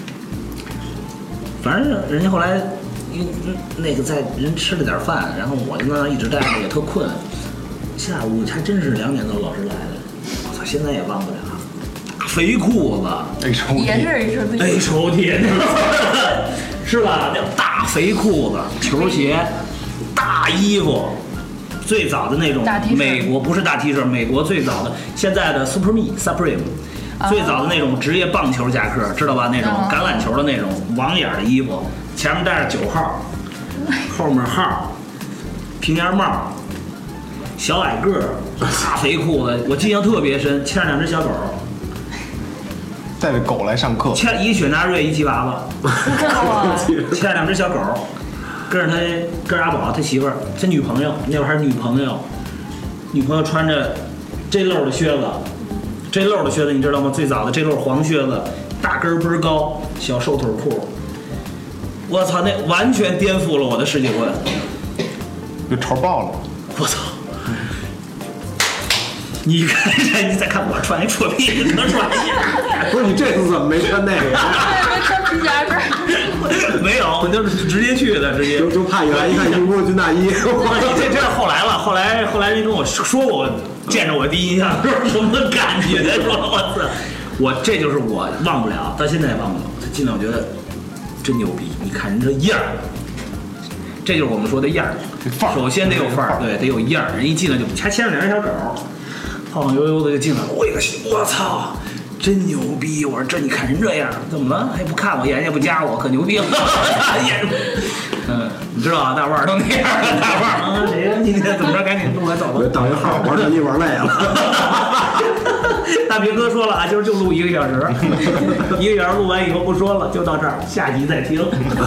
反正人家后来，因为那个在人吃了点饭，然后我就在那一直待着，也特困。下午还真是两点多老师来的，我操，现在也忘不了。肥裤子 ，H O T， 也是 H O T，H O T， 是吧？那大肥裤子、球鞋、大衣服，最早的那种美国不是大 T 恤，美国最早的现在的 Supreme Supreme， 最早的那种职业棒球夹克，知道吧？那种橄榄球的那种网眼的衣服，前面带着九号，后面号，平檐帽，小矮个儿，大肥裤子，我印象特别深，牵着两只小狗。 带着狗来上课， 牵一雪纳瑞，一吉娃娃，牵着两只小狗，跟着他跟着阿宝他媳妇儿，他女朋友那会儿还是女朋友，女朋友穿着 J 露的靴子 ，J 露的靴子你知道吗？最早的 J 露黄靴子，大跟倍儿高，小瘦腿裤，我操，那完全颠覆了我的世界观， 就潮爆了， 我操！你看，你再看我穿一破屁，能穿一下？ 不是你这次怎么没穿那个？ 没穿皮夹克。 没有，我就是直接去的，直接就就怕远一看英国军大衣。 你这这是后来了，后来后来人跟我说过，见着我第一印象是什么感觉？说我操，我这就是我忘不了，到现在也忘不了。进来我觉得真牛逼，你看人这样儿，这就是我们说的样儿。首先得有范儿，对，得有样儿。人一进来就还牵着两只小狗。晃晃悠悠的就进来了，我一个我操，真牛逼！我说这你看人这样，怎么了？还不看我，眼也不加我，可牛逼了！眼，嗯，你知道啊，大腕儿都那样，大腕儿啊，谁呀？今天怎么着？赶紧弄来走吧。 等一号玩手机玩累了。 大明哥说了啊，今儿就录一个小时，一个小时录完以后不说了，就到这儿，下集再听。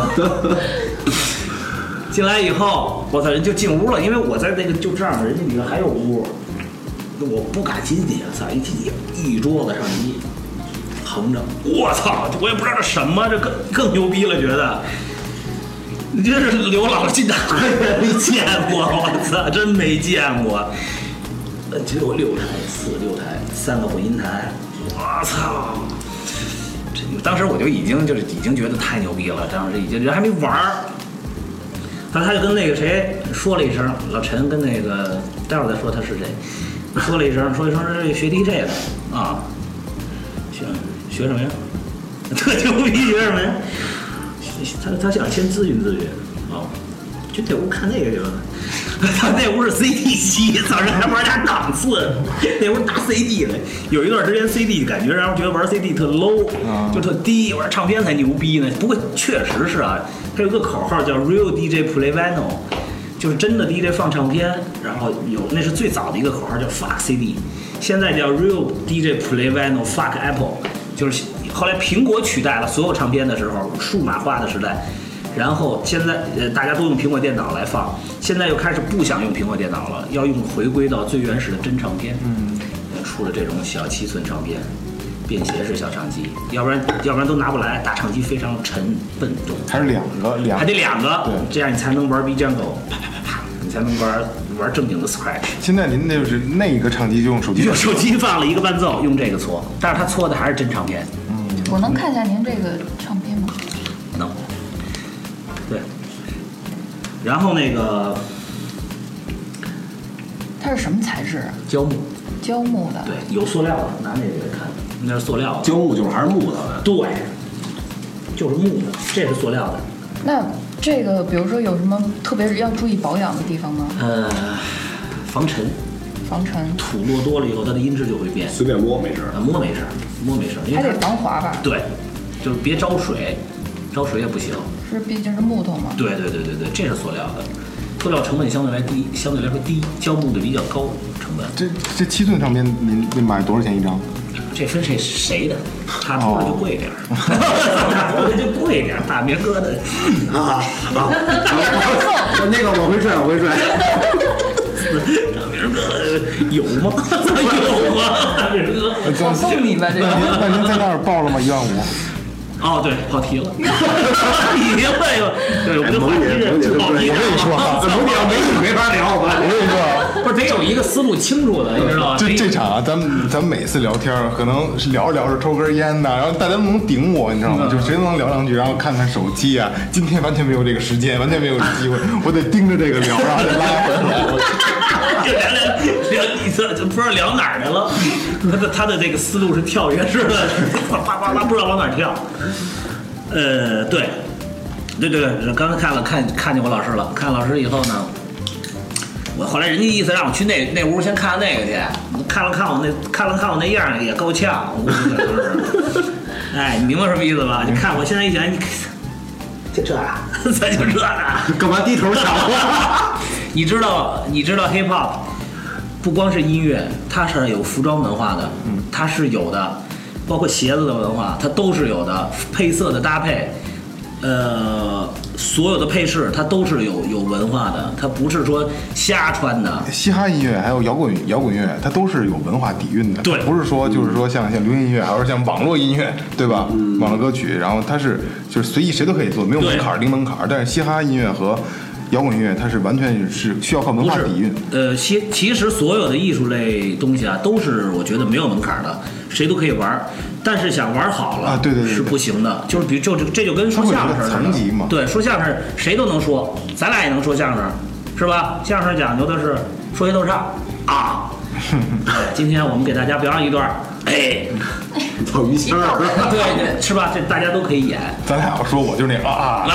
进来以后，我操，人就进屋了，因为我在那个就这样，人家里头还有屋。我不敢进去啊！操，一进去一桌子上衣横着，我操！我也不知道这什么，这更更牛逼了，觉得你这是刘老进大院没见过，我操，真没见过。呃，只有六台、四六台、三个混音台，我操！这当时我就已经就是已经觉得太牛逼了，当时已经人还没玩儿，但他就跟那个谁说了一声，老陈跟那个待会儿再说他是谁。说了一声，说一声是学 D J 的啊，学学什么呀？特牛逼，学什么呀？他他想先咨询咨询啊，就那屋看那个去了。他那屋是 C D 机，早上还玩点档次，那屋打 C D 的。有一段时间 C D 感觉让人觉得玩 C D 特 low， 就特低，玩唱片才牛逼呢。不过确实是啊，他有个口号叫 Real D J Play Vinyl。就是真的 D J 放唱片，然后有那是最早的一个口号叫 Fuck C D， 现在叫 Real D J Play Vinyl Fuck Apple， 就是后来苹果取代了所有唱片的时候，数码化的时代，然后现在呃大家都用苹果电脑来放，现在又开始不想用苹果电脑了，要用回归到最原始的真唱片，嗯，出了这种小七寸唱片。便携式小唱机，要不然要不然都拿不来，大唱机非常沉笨重， 还是两个两个， 还得两个， 对， 这样你才能玩 B Jungle， 啪啪啪啪，你才能玩玩正经的 Scratch。 现在您那就是那个唱机就用手机， 用手机放了一个伴奏，用这个搓，但是他搓的还是真唱片。 嗯，我能看一下您这个唱片吗？ 能。对。然后那个， 它是什么材质？ 胶木。 胶木的。 对，有塑料的，拿那个看。那是塑料的， 胶木就是还是木头的， 对，就是木的，这是塑料的。 那这个，比如说有什么特别要注意保养的地方吗？ 呃，防尘， 防尘。 土落多了以后，它的音质就会变。 随便摸没事， 啊，摸没事，摸没事， 还得防滑吧？ 对，就是别招水，招水也不行。 是，毕竟是木头嘛。 对对对对对，这是塑料的，塑料成本相对来低，相对来说低，胶木的比较高成本。 这这七寸唱片您您买多少钱一张？ 这分谁谁的，他出的就贵点儿，他出的就贵点儿，大明哥的啊啊！那个我会睡，我会睡。 大明哥有吗？有吗？大明哥， 我送你吧，这个。 那您那您在那儿报了吗？一万五。 哦，对，跑题了，已经了又，对，我们萌姐，萌姐， 跑题了。 我跟你说，萌姐要没你没法聊，我跟你说， 不是得有一个思路清楚的，你知道吗？ 这这场啊，咱们咱们每次聊天，可能是聊着聊着抽根烟呐，然后大家都能顶我，你知道吗？就谁都能聊两句，然后看看手机啊。今天完全没有这个时间，完全没有机会，我得盯着这个聊，然后再拉回来。 就聊聊聊，你这就不知道聊哪儿去了。他的他的这个思路是跳跃式的，啪啪啪啪，不知道往哪儿跳。呃，对，对对对，刚才看了看看见我老师了，看老师以后呢，我后来人家意思让我去那那屋先看那个去，看了看我那看了看我那样也够呛，我估计可能是，哎，你明白什么意思吧？你看我现在一想，你就这啊，咱就这啊， 干嘛低头想话？ 你知道你知道 hip hop 不光是音乐，它是有服装文化的，嗯，它是有的。包括鞋子的文化，它都是有的，配色的搭配，呃，所有的配饰它都是有有文化的，它不是说瞎穿的。 嘻哈音乐还有摇滚摇滚乐，它都是有文化底蕴的， 对， 不是说就是说像像流行音乐，还是像网络音乐，对吧？嗯、网络歌曲，然后它是就是随意谁都可以做，没有门槛零门槛。但是嘻哈音乐和摇滚乐它是完全是需要靠文化底蕴。 呃，其其实所有的艺术类东西啊，都是我觉得没有门槛的。谁都可以玩，但是想玩好了啊，对对对， 是不行的。就是比如就这这就跟说相声似的， 层级嘛。 对，说相声谁都能说，咱俩也能说相声，是吧？相声讲究的是说学逗唱啊。今天我们给大家表演一段，哎， 走于谦儿， 对对，是吧？这大家都可以演。 咱俩要说，我就是那个啊。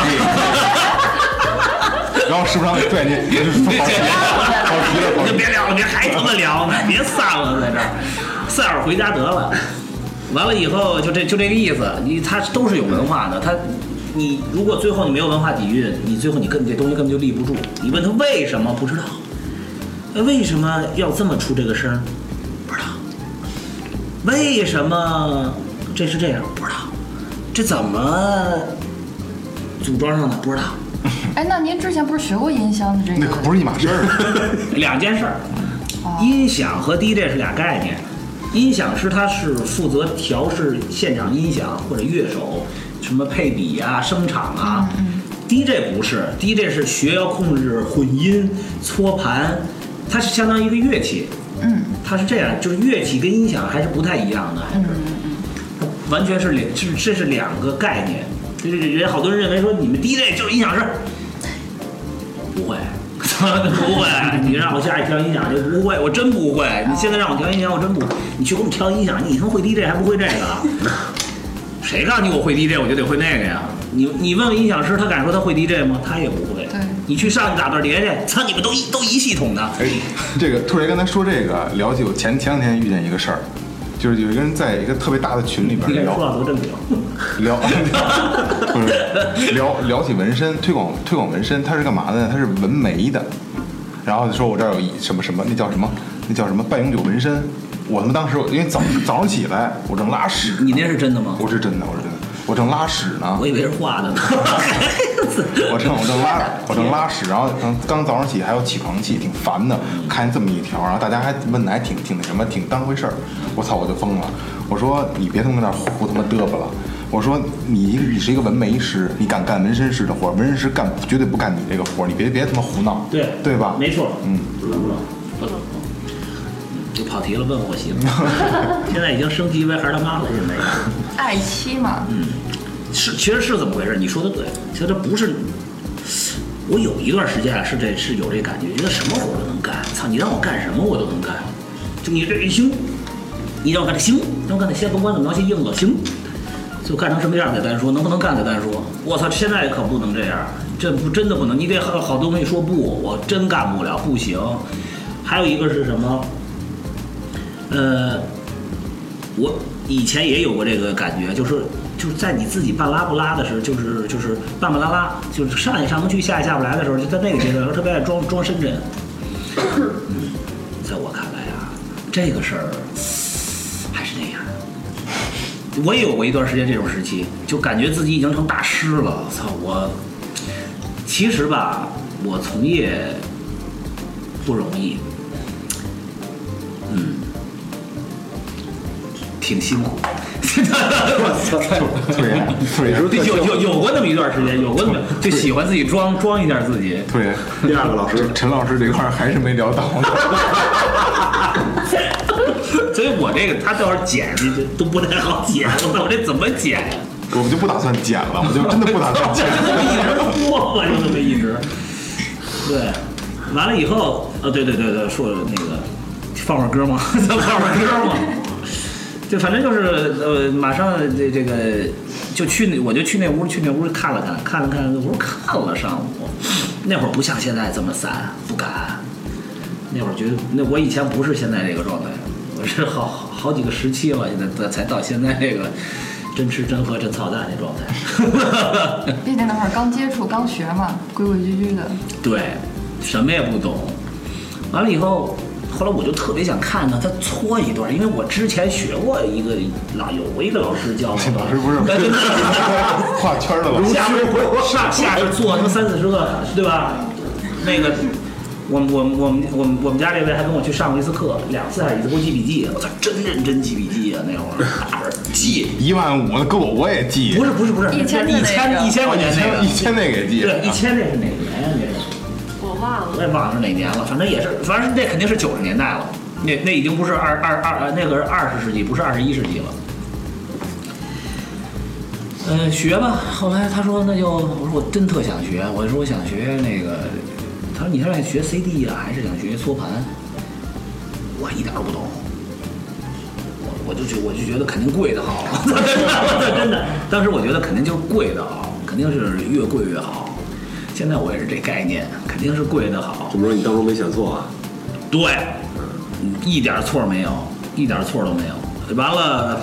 然后是不是让你对你就是跑题了？跑题了， 你就别聊了，别还他妈聊呢，别散了，在这儿。散会儿回家得了，完了以后就这就这个意思。你他都是有文化的，他你如果最后你没有文化底蕴，你最后你跟这东西根本就立不住。你问他为什么不知道，为什么要这么出这个声？不知道。为什么这是这样？不知道。这怎么组装上的？不知道。 哎，那您之前不是学过音箱的这个？ 那可不是一码事儿， 两件事儿。音响和 D J 是俩概念。音响师他是负责调试现场音响或者乐手什么配比啊、声场啊。嗯嗯、D J 不是 ，D J 是学要控制混音、搓盘，它是相当于一个乐器。 嗯， 它是这样，就是乐器跟音响还是不太一样的，还是， 嗯嗯、 它完全是两，这这是两个概念。就是人好多人认为说你们 D J 就是音响师，不会。不会，你让我下去调音响就不会，我真不会。你现在让我调音响，我真不。你去给我们调音响，你他妈会 D J 还不会这个？谁告诉你我会 D J 我就得会那个呀？你你问问音响师，他敢说他会 D J 吗？他也不会。 对， 你去上去打段碟去，操你们都一都一系统的。 哎，这个兔爷刚才说这个，了解我前前两天遇见一个事儿。就是有一个人在一个特别大的群里边聊， 说话都真聊， 聊不是聊聊起纹身，推广推广纹身，他是干嘛的呢？他是纹眉的，然后说我这儿有一什么什么，那叫什么？那叫什么半永久纹身？我他妈当时因为早早上起来，我正拉屎， 你那是真的吗？ 我是真的，我是真的，我正拉屎呢。 我以为是画的呢。 我正我正拉我正拉屎，然后刚刚早上起还有起床气，挺烦的。看见这么一条，然后大家还问的还挺挺那什么，挺当回事儿。我操，我就疯了。我说你别他妈在那胡他妈嘚吧了。我说你你是一个纹眉师，你敢干纹身师的活，纹身师干绝对不干你这个活，你别别他妈胡闹， 对对吧？ 没错， 嗯， 不能不能不能。就跑题了，问我媳妇，现在已经升级为孩儿他妈了，现在。 爱妻嘛。 嗯，是，其实是怎么回事？你说的对，其实这不是。我有一段时间啊，是这是有这感觉，觉得什么活都能干。操，你让我干什么我都能干。就你这行，你让我干这行，让我干这先甭管怎么着，先硬了行。就干成什么样再单说，能不能干再单说。我操，现在可不能这样，这不真的不能。你得好好东西说不，我真干不了，不行。还有一个是什么？呃，我以前也有过这个感觉，就是就是在你自己半拉不拉的时候，就是就是半半拉拉，就是上也上不去，下也下不来的时候，就在那个阶段，我特别爱装装深圳。嗯，在我看来啊，这个事儿还是那样。我也有过一段时间这种时期，就感觉自己已经成大师了。操我！其实吧，我从业不容易，嗯，挺辛苦。 对对，有有有过那么一段时间，有过那么就喜欢自己装装一下自己。 对， 第二个老师陈老师这块还是没聊到。 所以我这个他到时候剪这都不太好剪，我这怎么剪呀？ 我们就不打算剪了，我就真的不打算剪， 就这么一直播嘛，就这么一直。对，完了以后，呃，对对对对，说那个放会儿歌嘛，放会儿歌嘛。就反正就是呃，马上这这个就去那，我就去那屋，去那屋看了看，看了看，屋看了上午。那会儿不像现在这么散，不敢。那会儿觉得，那我以前不是现在这个状态，我是好好几个时期了，现在才到现在这个真吃真喝真操蛋的状态。 毕竟那会儿刚接触、刚学嘛，规规矩矩的。 对，什么也不懂。完了以后，后来我就特别想看到他搓一段，因为我之前学过一个老有一个老师教我， 老师不是画圈的老师， 下边上下边做他妈三四十个，对吧？那个。我们我们我们我们我们家这位还跟我去上过一次课，两次还是一次，给我记笔记。我操，真认真记笔记啊！那会儿大本记一万五的够我也记。 不是不是不是， 一千一千一千块钱那个， 一千那个也记。 对，一千那是哪年呀？那是我忘了， 我也忘了是哪年了，反正也是，反正那肯定是九十年代了。那那已经不是二二二那个是二十世纪，不是二十一世纪了。嗯、呃，学吧。后来他说那就，我说我真特想学，我说我想学那个。他说：“你是想学 C D 呀、啊，还是想学搓盘？”我一点都不懂，我我就觉我就觉得肯定贵的好，真的。当时我觉得肯定就是贵的好，肯定是越贵越好。现在我也是这概念，肯定是贵的好。 这么说你当初没选错啊？ 对，一点错没有，一点错都没有。完了。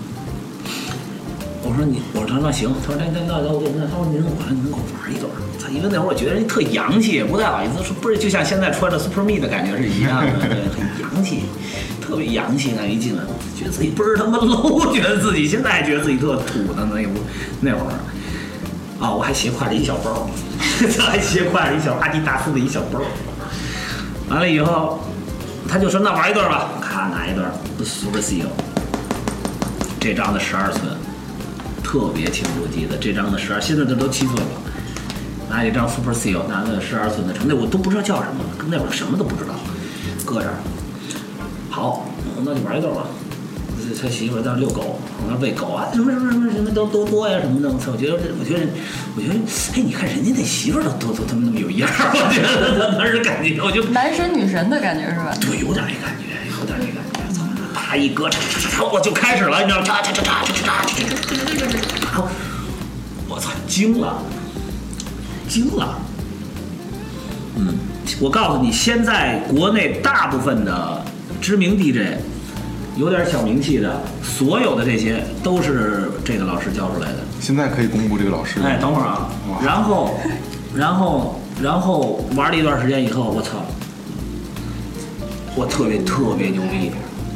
我说你，我说那行，他说那那那那我那他说您我您给我玩一段，他因为那会儿我觉得人特洋气，不太好意思说，不是就像现在穿着 Super Me 的感觉是一样的，对，很洋气，特别洋气。那一进来，觉得自己倍儿他妈 low， 觉得自己现在还觉得自己特土的那会那会儿，啊、哦，我还斜挎着一小包，还斜挎着一小阿迪达斯的一小包。完了以后，他就说那玩一段吧，咔拿一段 Super Seal， 这张的十二寸。特别清楚记得这张的十二，现在这都七岁了，拿一张 Super Seal， 拿个十二寸的成，那我都不知道叫什么，那会儿什么都不知道，搁这儿。好，那就玩一段吧。他媳妇在那遛狗，往那喂狗啊，什么什么什么什么都都多呀什么的。我操，我觉得我觉得我觉得，哎，你看人家那媳妇都都都他妈那么有样儿，我觉得当时感觉，我就男神女神的感觉是吧？ 对，有点那感觉，有点那感觉。操，啪一搁，嚓嚓嚓嚓，我就开始了，你知道吗？嚓嚓嚓嚓嚓嚓嚓嚓。我操，惊了，惊了。嗯，我告诉你，现在国内大部分的知名 D J， 有点小名气的，所有的这些都是这个老师教出来的。 现在可以公布这个老师。 哎，等会儿啊，然后，然后，然后玩了一段时间以后，我操，我特别特别牛逼。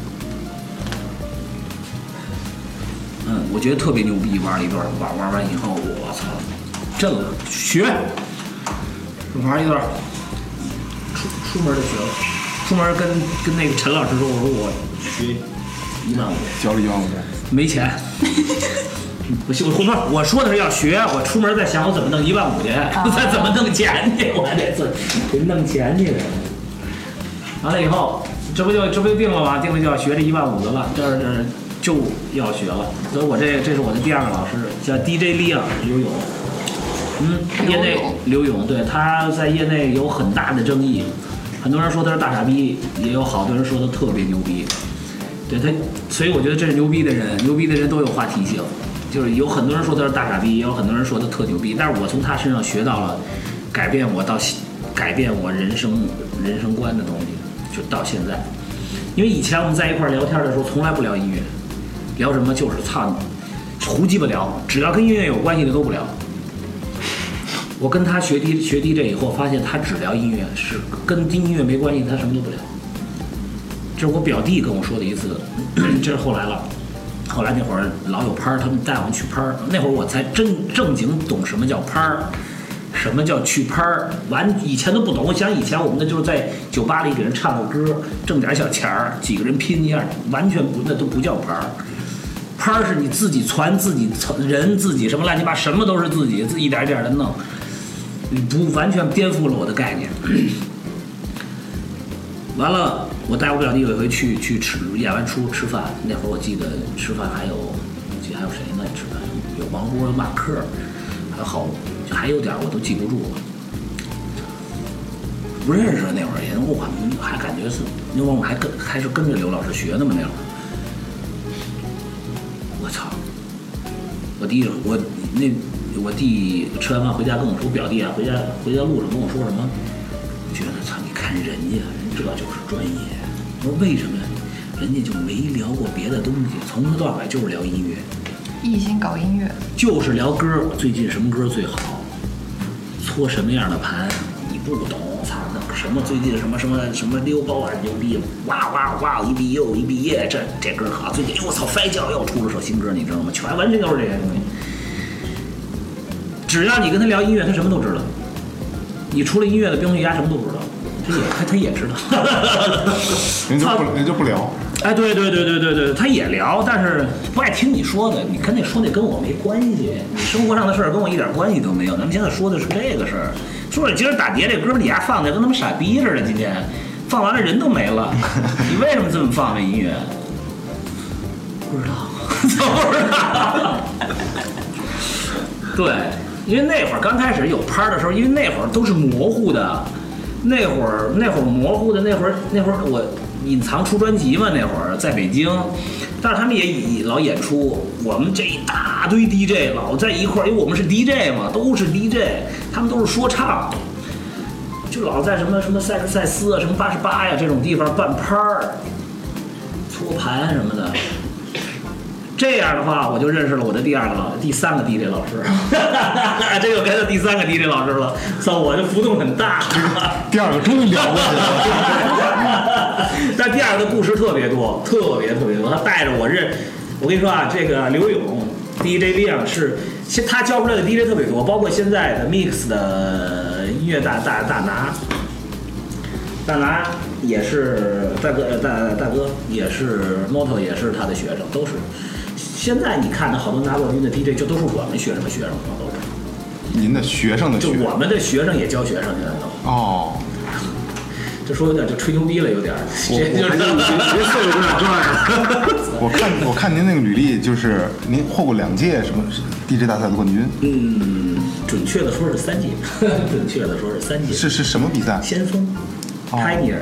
嗯，我觉得特别牛逼，玩了一段，玩玩完以后，我操，震了，学，玩一段，出出门就学了，出门跟跟那个陈老师说，我说我学一万五， 交了一万五， 没钱。不行，我后面我说的是要学，我出门再想我怎么弄一万五去，我再怎么弄钱去，我还得得弄钱去。完了以后，这不就这不就定了吗？定了就要学这一万五的了，这这。就要学了，所以我这这是我的第二个老师，叫 D J Liang 刘勇。嗯，业内刘勇，对，他在业内有很大的争议，很多人说他是大傻逼，也有好多人说他特别牛逼。对他，所以我觉得这是牛逼的人，牛逼的人都有话题性，就是有很多人说他是大傻逼，也有很多人说他特牛逼，但是我从他身上学到了改变我到改变我人生人生观的东西，就到现在。因为以前我们在一块聊天的时候，从来不聊音乐。聊什么就是操你，胡鸡巴聊，只要跟音乐有关系的都不聊。我跟他学 D 学 D J 以后，发现他只聊音乐，是跟音乐没关系，他什么都不聊。这是我表弟跟我说的一次，这是后来了。后来那会儿老有拍儿，他们带我们去拍儿，那会儿我才真正经懂什么叫拍儿。 什么叫去拍儿？完以前都不懂，我想以前我们那就是在酒吧里给人唱个歌，挣点小钱儿，几个人拼一下，完全不那都不叫拍儿。拍儿是你自己传自己人自己什么乱七八什么都是自己，自己一点一点的弄，你不完全颠覆了我的概念。完了，我带我表弟有一回去去吃演完出吃饭，那会儿我记得吃饭还有，记得还有谁呢？吃饭有王波、有马克，还有好，还有点我都记不住了。不认识那会儿人，我还感觉是那会儿我还跟还是跟着刘老师学的嘛那会儿。我操！我弟我那我弟吃完饭回家跟我说，表弟啊，回家回家路上跟我说什么？觉得操，你看人家，人这就是专业。我说为什么呀？人家就没聊过别的东西，从头到尾就是聊音乐， 一心搞音乐， 就是聊歌。最近什么歌最好？搓什么样的盘？你不懂，操那什么最近什么什么什么溜包啊牛逼，哇哇哇一毕又一毕业，这这歌好。最近哎我操，摔跤又出了首新歌，你知道吗？全完全都是这些东西。只要你跟他聊音乐，他什么都知道。你除了音乐的冰雪鸭什么都不知道，他也他他也知道。 人就不人就不聊。 哎，对对对对对对，他也聊，但是不爱听你说的。你跟那说那跟我没关系，你生活上的事儿跟我一点关系都没有。咱们现在说的是这个事儿，说今儿打碟这歌你丫放的跟他们傻逼似的，今天放完了人都没了，你为什么这么放这音乐？不知道，不知道。对。因为那会儿刚开始有拍的时候，因为那会儿都是模糊的，那会儿那会儿模糊的，那会儿那会儿我隐藏出专辑嘛，那会儿在北京，但是他们也老演出，我们这一大堆 D J 老在一块儿，因为我们是 D J 嘛，都是 D J， 他们都是说唱，就老在什么什么赛克赛斯啊、什么八十八呀这种地方办拍儿、搓盘什么的。这样的话，我就认识了我的第二个老、第三个 D J 老师，这就该到第三个 D J 老师了。操，我这浮动很大。 第二个终于聊过去了， 但第二个故事特别多，特别特别多。他带着我认，我跟你说啊，这个刘勇 D J 亮是，其实他教出来的 D J 特别多，包括现在的 Mix 的音乐大大大拿，大拿也是大哥，大大哥也是 Moto 也是他的学生，都是。现在你看的好多拿冠军的 D J 就都是我们学生的学生，都是。 您的学生的学生， 就我们的学生也教学生，现在都。 哦。 这说有点就吹牛逼了，有点。 我我看我看您那个履历，就是您获过两届什么 D J 大赛的冠军。 嗯，准确的说是三届，准确的说是三届。 是是什么比赛？ 先锋 ，Pioneer，Pioneer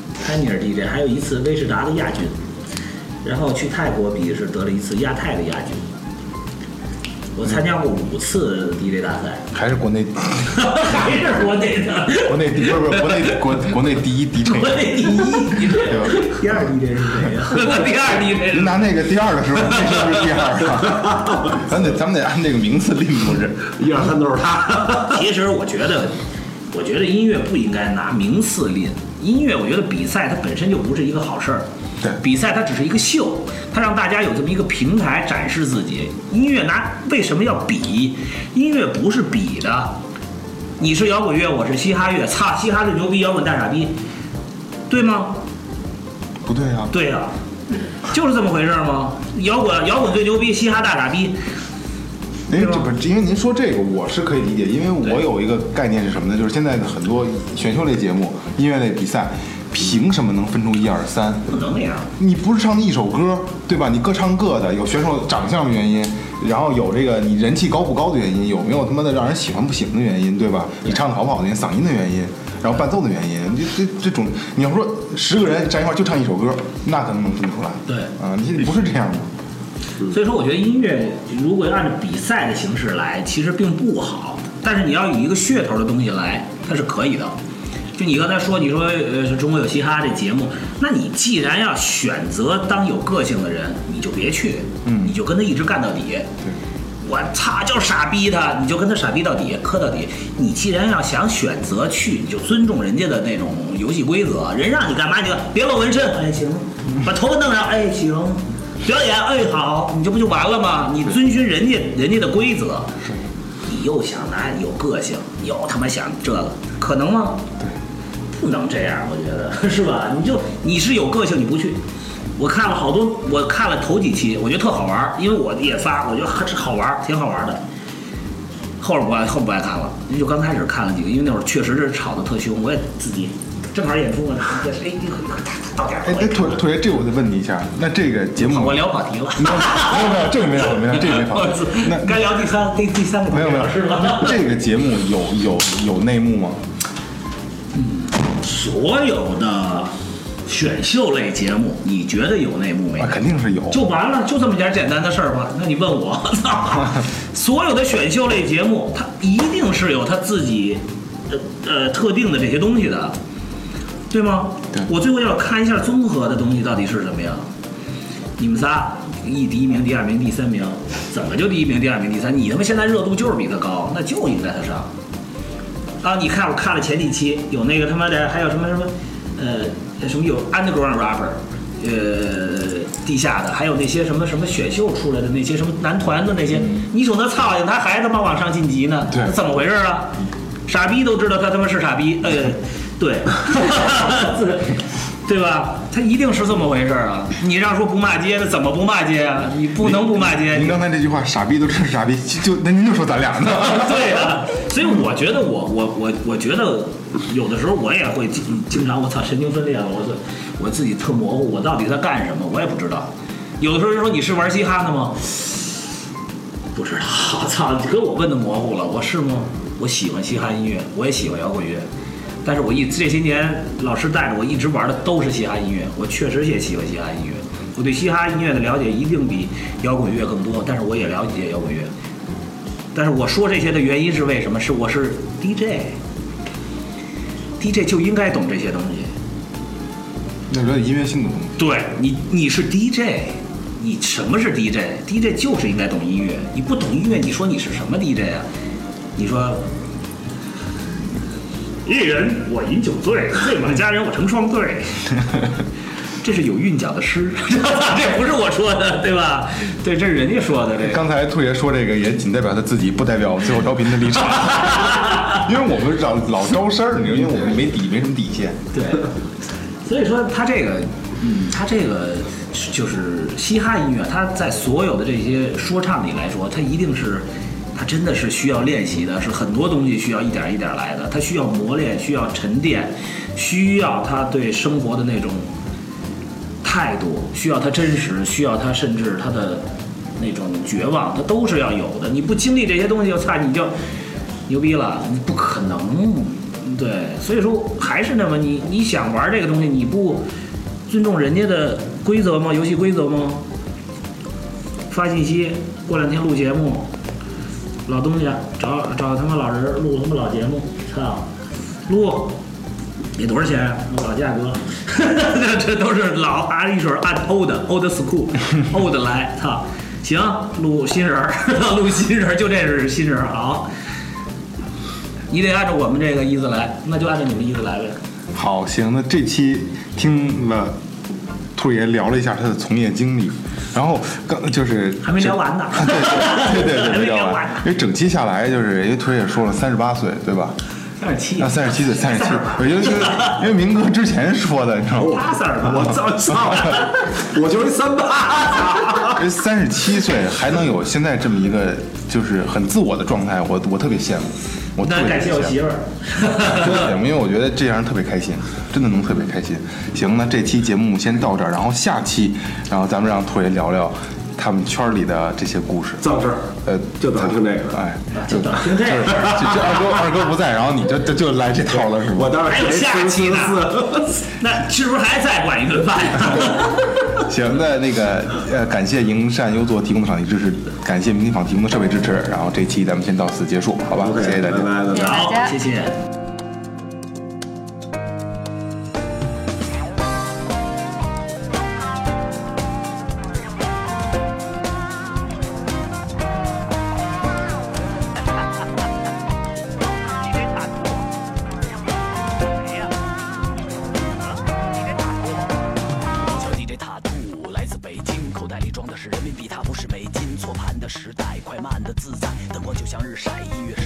D J， 还有一次威士达的亚军。然后去泰国比是得了一次亚太的亚军。我参加过五次 D J 大赛， 还是国内， 还是国内的， 国内不是不是国内国国内第一 D J， 国内第一 D J， 对吧？第二 D J 是谁呀？第二 D J， 您拿那个第二的时候，那是不是第二？咱得咱们得按这个名次拎，不是一二三都是他。 其实我觉得，我觉得音乐不应该拿名次拎，音乐我觉得比赛它本身就不是一个好事儿。 对， 比赛它只是一个秀，它让大家有这么一个平台展示自己。音乐拿为什么要比？音乐不是比的，你是摇滚乐，我是嘻哈乐，操，嘻哈最牛逼，摇滚大傻逼，对吗？ 不对啊。 对啊，就是这么回事吗？摇滚摇滚最牛逼，嘻哈大傻逼。 因为这不是因为您说这个我是可以理解，因为我有一个概念是什么呢？就是现在的很多选秀类节目、音乐类比赛。凭什么能分出一二三？ 不能那样。 你不是唱的一首歌，对吧？你各唱各的，有选手长相的原因，然后有这个你人气高不高的原因，有没有他妈的让人喜欢不行的原因，对吧？你唱的好不好的原因，嗓音的原因，然后伴奏的原因，这这这种，你要说十个人站一块就唱一首歌，那可能能分得出来。 对， 啊，你不是这样的。 所以说，我觉得音乐如果按照比赛的形式来，其实并不好。但是你要以一个噱头的东西来，它是可以的。就你刚才说，你说呃中国有嘻哈这节目，那你既然要选择当有个性的人，你就别去， 嗯， 你就跟他一直干到底。 对， 我操，就傻逼他，你就跟他傻逼到底，磕到底。你既然要想选择去，你就尊重人家的那种游戏规则，人让你干嘛你就别露纹身，哎行，把头发弄上，哎行，表演哎好，你这不就完了吗？你遵循人家人家的规则。 你又想拿有个性，又他妈想这个，可能吗？ 对， 不能这样，我觉得是吧？你就你是有个性，你不去。我看了好多，我看了头几期，我觉得特好玩，因为我也发，我觉得还是好玩，挺好玩的。后边不爱，后边不爱看了，就刚开始看了几个，因为那会儿确实是吵得特凶，我也自己正好演出嘛，哎，到点儿。 哎哎，兔兔爷，这我得问你一下，那这个节目我聊跑题了， 没有没有，这个没有没有，这个没跑。 那该聊第三第第三个没有没有是吧？ 这个节目有有有内幕吗？ 嗯，所有的选秀类节目，你觉得有内幕没？ 啊，肯定是有。 就完了，就这么点简单的事儿吧。那你问我，操！所有的选秀类节目，它一定是有它自己呃呃特定的这些东西的，对吗？ 对。 我最后要看一下综合的东西到底是什么呀？你们仨一第一名、第二名、第三名，怎么就第一名、第二名、第三？你他妈现在热度就是比他高，那就应该他上。啊，你看我看了前几期，有那个他妈的，还有什么什么，呃，什么有 underground rapper， 呃，地下的，还有那些什么什么选秀出来的那些什么男团的那些，嗯、你说那操呀，他还他妈往上晋级呢， 对， 怎么回事啊？傻逼都知道他他妈是傻逼，呃，对，对吧？他一定是这么回事啊！你让说不骂街，那怎么不骂街啊？你不能不骂街。 您刚才这句话，傻逼都是傻逼，就那您就说咱俩呢？ 对啊，所以我觉得我我我我觉得有的时候我也会经经常我操神经分裂了，我我自己特模糊，我到底在干什么，我也不知道。有的时候就说你是玩嘻哈的吗？不知道，我操！你给我问的模糊了，我是吗？我喜欢嘻哈音乐，我也喜欢摇滚乐。但是我一这些年老师带着我一直玩的都是嘻哈音乐，我确实也喜欢嘻哈音乐。我对嘻哈音乐的了解一定比摇滚乐更多，但是我也了解摇滚乐。但是我说这些的原因是为什么？是我是 D J，D J 就应该懂这些东西。 那了解音乐性的东西。 对你，你是 D J， 你什么是 D J？D J 就是应该懂音乐。你不懂音乐，你说你是什么 D J 啊？你说。一人我饮酒醉，醉满佳人我成双对。这是有韵脚的诗，这不是我说的，对吧？对，这是人家说的。这个、 刚才兔爷说这个也仅代表他自己，不代表最后调频的立场。因为我们老老招事儿，你因为我们没底，没什么底线。 对，所以说他这个，嗯，他这个就是嘻哈音乐，他在所有的这些说唱里来说，他一定是。它真的是需要练习的，是很多东西需要一点一点来的。它需要磨练，需要沉淀，需要他对生活的那种态度，需要他真实，需要他甚至他的那种绝望，它都是要有的。你不经历这些东西，我操，你就牛逼了，你不可能。对，所以说还是那么，你你想玩这个东西，你不尊重人家的规则吗？游戏规则吗？发信息，过两天录节目。老东家找找他妈老人录他妈老节目，操，录，也多少钱？老价格，这这都是老啊一水按 old old school old 来，操，行，录新人，录新人，就这是新人，好，你得按照我们这个意思来，那就按照你们意思来呗。 好，行，那这期听了兔爷聊了一下他的从业经历。然后刚就是还没聊完呢， 对对对对， 还没聊完呢。 因为整期下来就是，因为腿也说了三十八岁，对吧？ 三十七啊，三十七岁，三十七。我觉得因为明哥之前说的，你知道吗？ 他三十八， 我操操，我就是三八。 这三十七岁还能有现在这么一个就是很自我的状态，我我特别羡慕。我特别感谢我媳妇儿， 因为我觉得这样特别开心，真的能特别开心。行，那这期节目先到这儿，然后下期，然后咱们让兔爷聊聊他们圈里的这些故事。 造事儿， 呃， 就等听这个， 哎， 就等听这个。 就这二哥二哥不在，然后你就就就来这套了，是吗？ 我当然还有下期呢，那是不是还再管一顿饭呀？ 行，那那个呃，感谢营善优作提供的场地支持，感谢明天坊提供的设备支持，然后这期咱们先到此结束，好吧？ okay, 谢谢大家， 拜拜， 谢谢大家， 谢谢。 是人民币，它不是美金。错盘的时代，快慢的自在，灯光就像日晒，音乐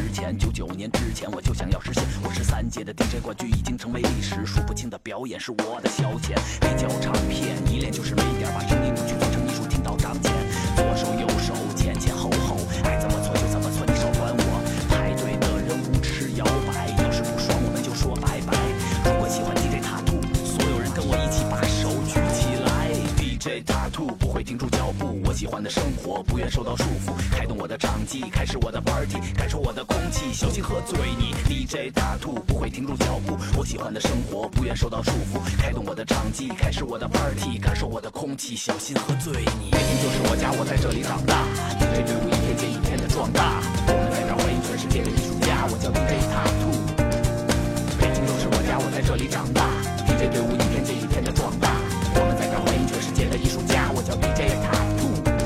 之前，九九年之前我就想要实现。我是三届的 D J 冠军，已经成为历史，数不清的表演是我的消遣。黑胶唱片依恋就是没点，把声音扭曲做成艺术，听到掌前。左手右手前前后后，爱怎么错就怎么错，你少管我。排队的人无耻摇摆，要是不爽我们就说拜拜。如果喜欢 D J 塔兔，所有人跟我一起把手举起来。D J 塔兔不会停住脚步，我喜欢的生活不愿受到束缚，开动我的掌机，开始我的 party， 感受我的空气，小心喝醉你。D J 塔兔不会停住脚步，我喜欢的生活不愿受到束缚，开动我的掌机，开始我的 party， 感受我的空气，小心喝醉你。北京就是我家，我在这里长大 ，D J 队伍一天接一天的壮大，我们在这欢迎全世界的艺术家，我叫 D J 塔兔。北京就是我家，我在这里长大 ，D J 队伍一天接一天的壮大，我们在这欢迎全世界的艺术家，我叫 D J 塔兔。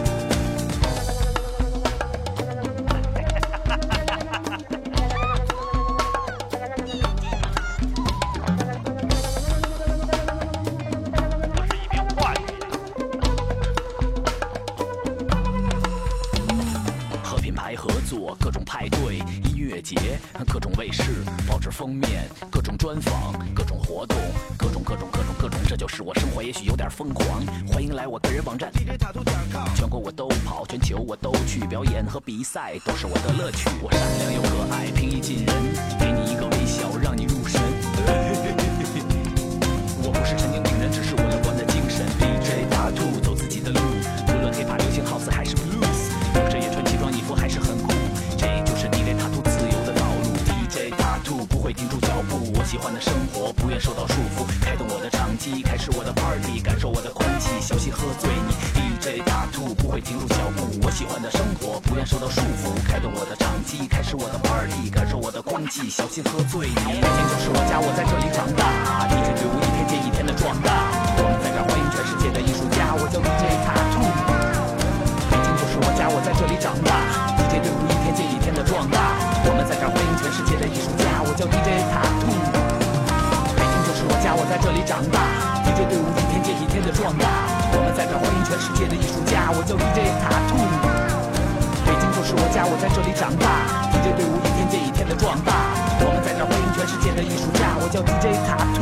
和品牌合作，各种派对、音乐节，各种卫视、报纸封面，各种专访，各种活动，各种各种各种各种，这就是我生活，也许有点疯狂。欢迎来我个人网站 D J 塔兔点 com， 全国我都跑，全球我都去，表演和比赛都是我的乐趣。我善良又可爱，平易近人，给你一个微笑，让你入神。我不是神经病人，只是我乐观的精神。D J 塔兔走自己的路，无论 hiphop 流行 house 还是 blues， 有着也穿奇装异服还是很酷，这就是 D J 塔兔自由的道路。D J 塔兔不会停住脚步，我喜欢的生活不愿受到束缚，开动我的掌机，开始我的 party， 感受我的空气，小心喝醉你。D J 塔兔不会停住脚步，我喜欢的生活不愿受到束缚，开动我的掌机，开始我的 party， 感受我的空气，小心喝醉你。北京就是我家，我在这里长大 ，D J 队伍一天接一天的壮大，我们在这欢迎全世界的艺术家，我叫 D J 塔兔。北京就是我家，我在这里长大 ，D J 队伍一天接一天的壮大，我们在这欢迎全世界的艺术家，我叫 D J 塔兔。北京就是我家，我在这里长大 ，D J 队伍一天接一天的壮大，我们在这欢迎全世界的艺术家，我叫 D J 塔兔。北京就是我家，我在这里长大 ，D J 队伍一天接一天的壮大，我们在这欢迎全世界的艺术家，我叫 D J 塔兔。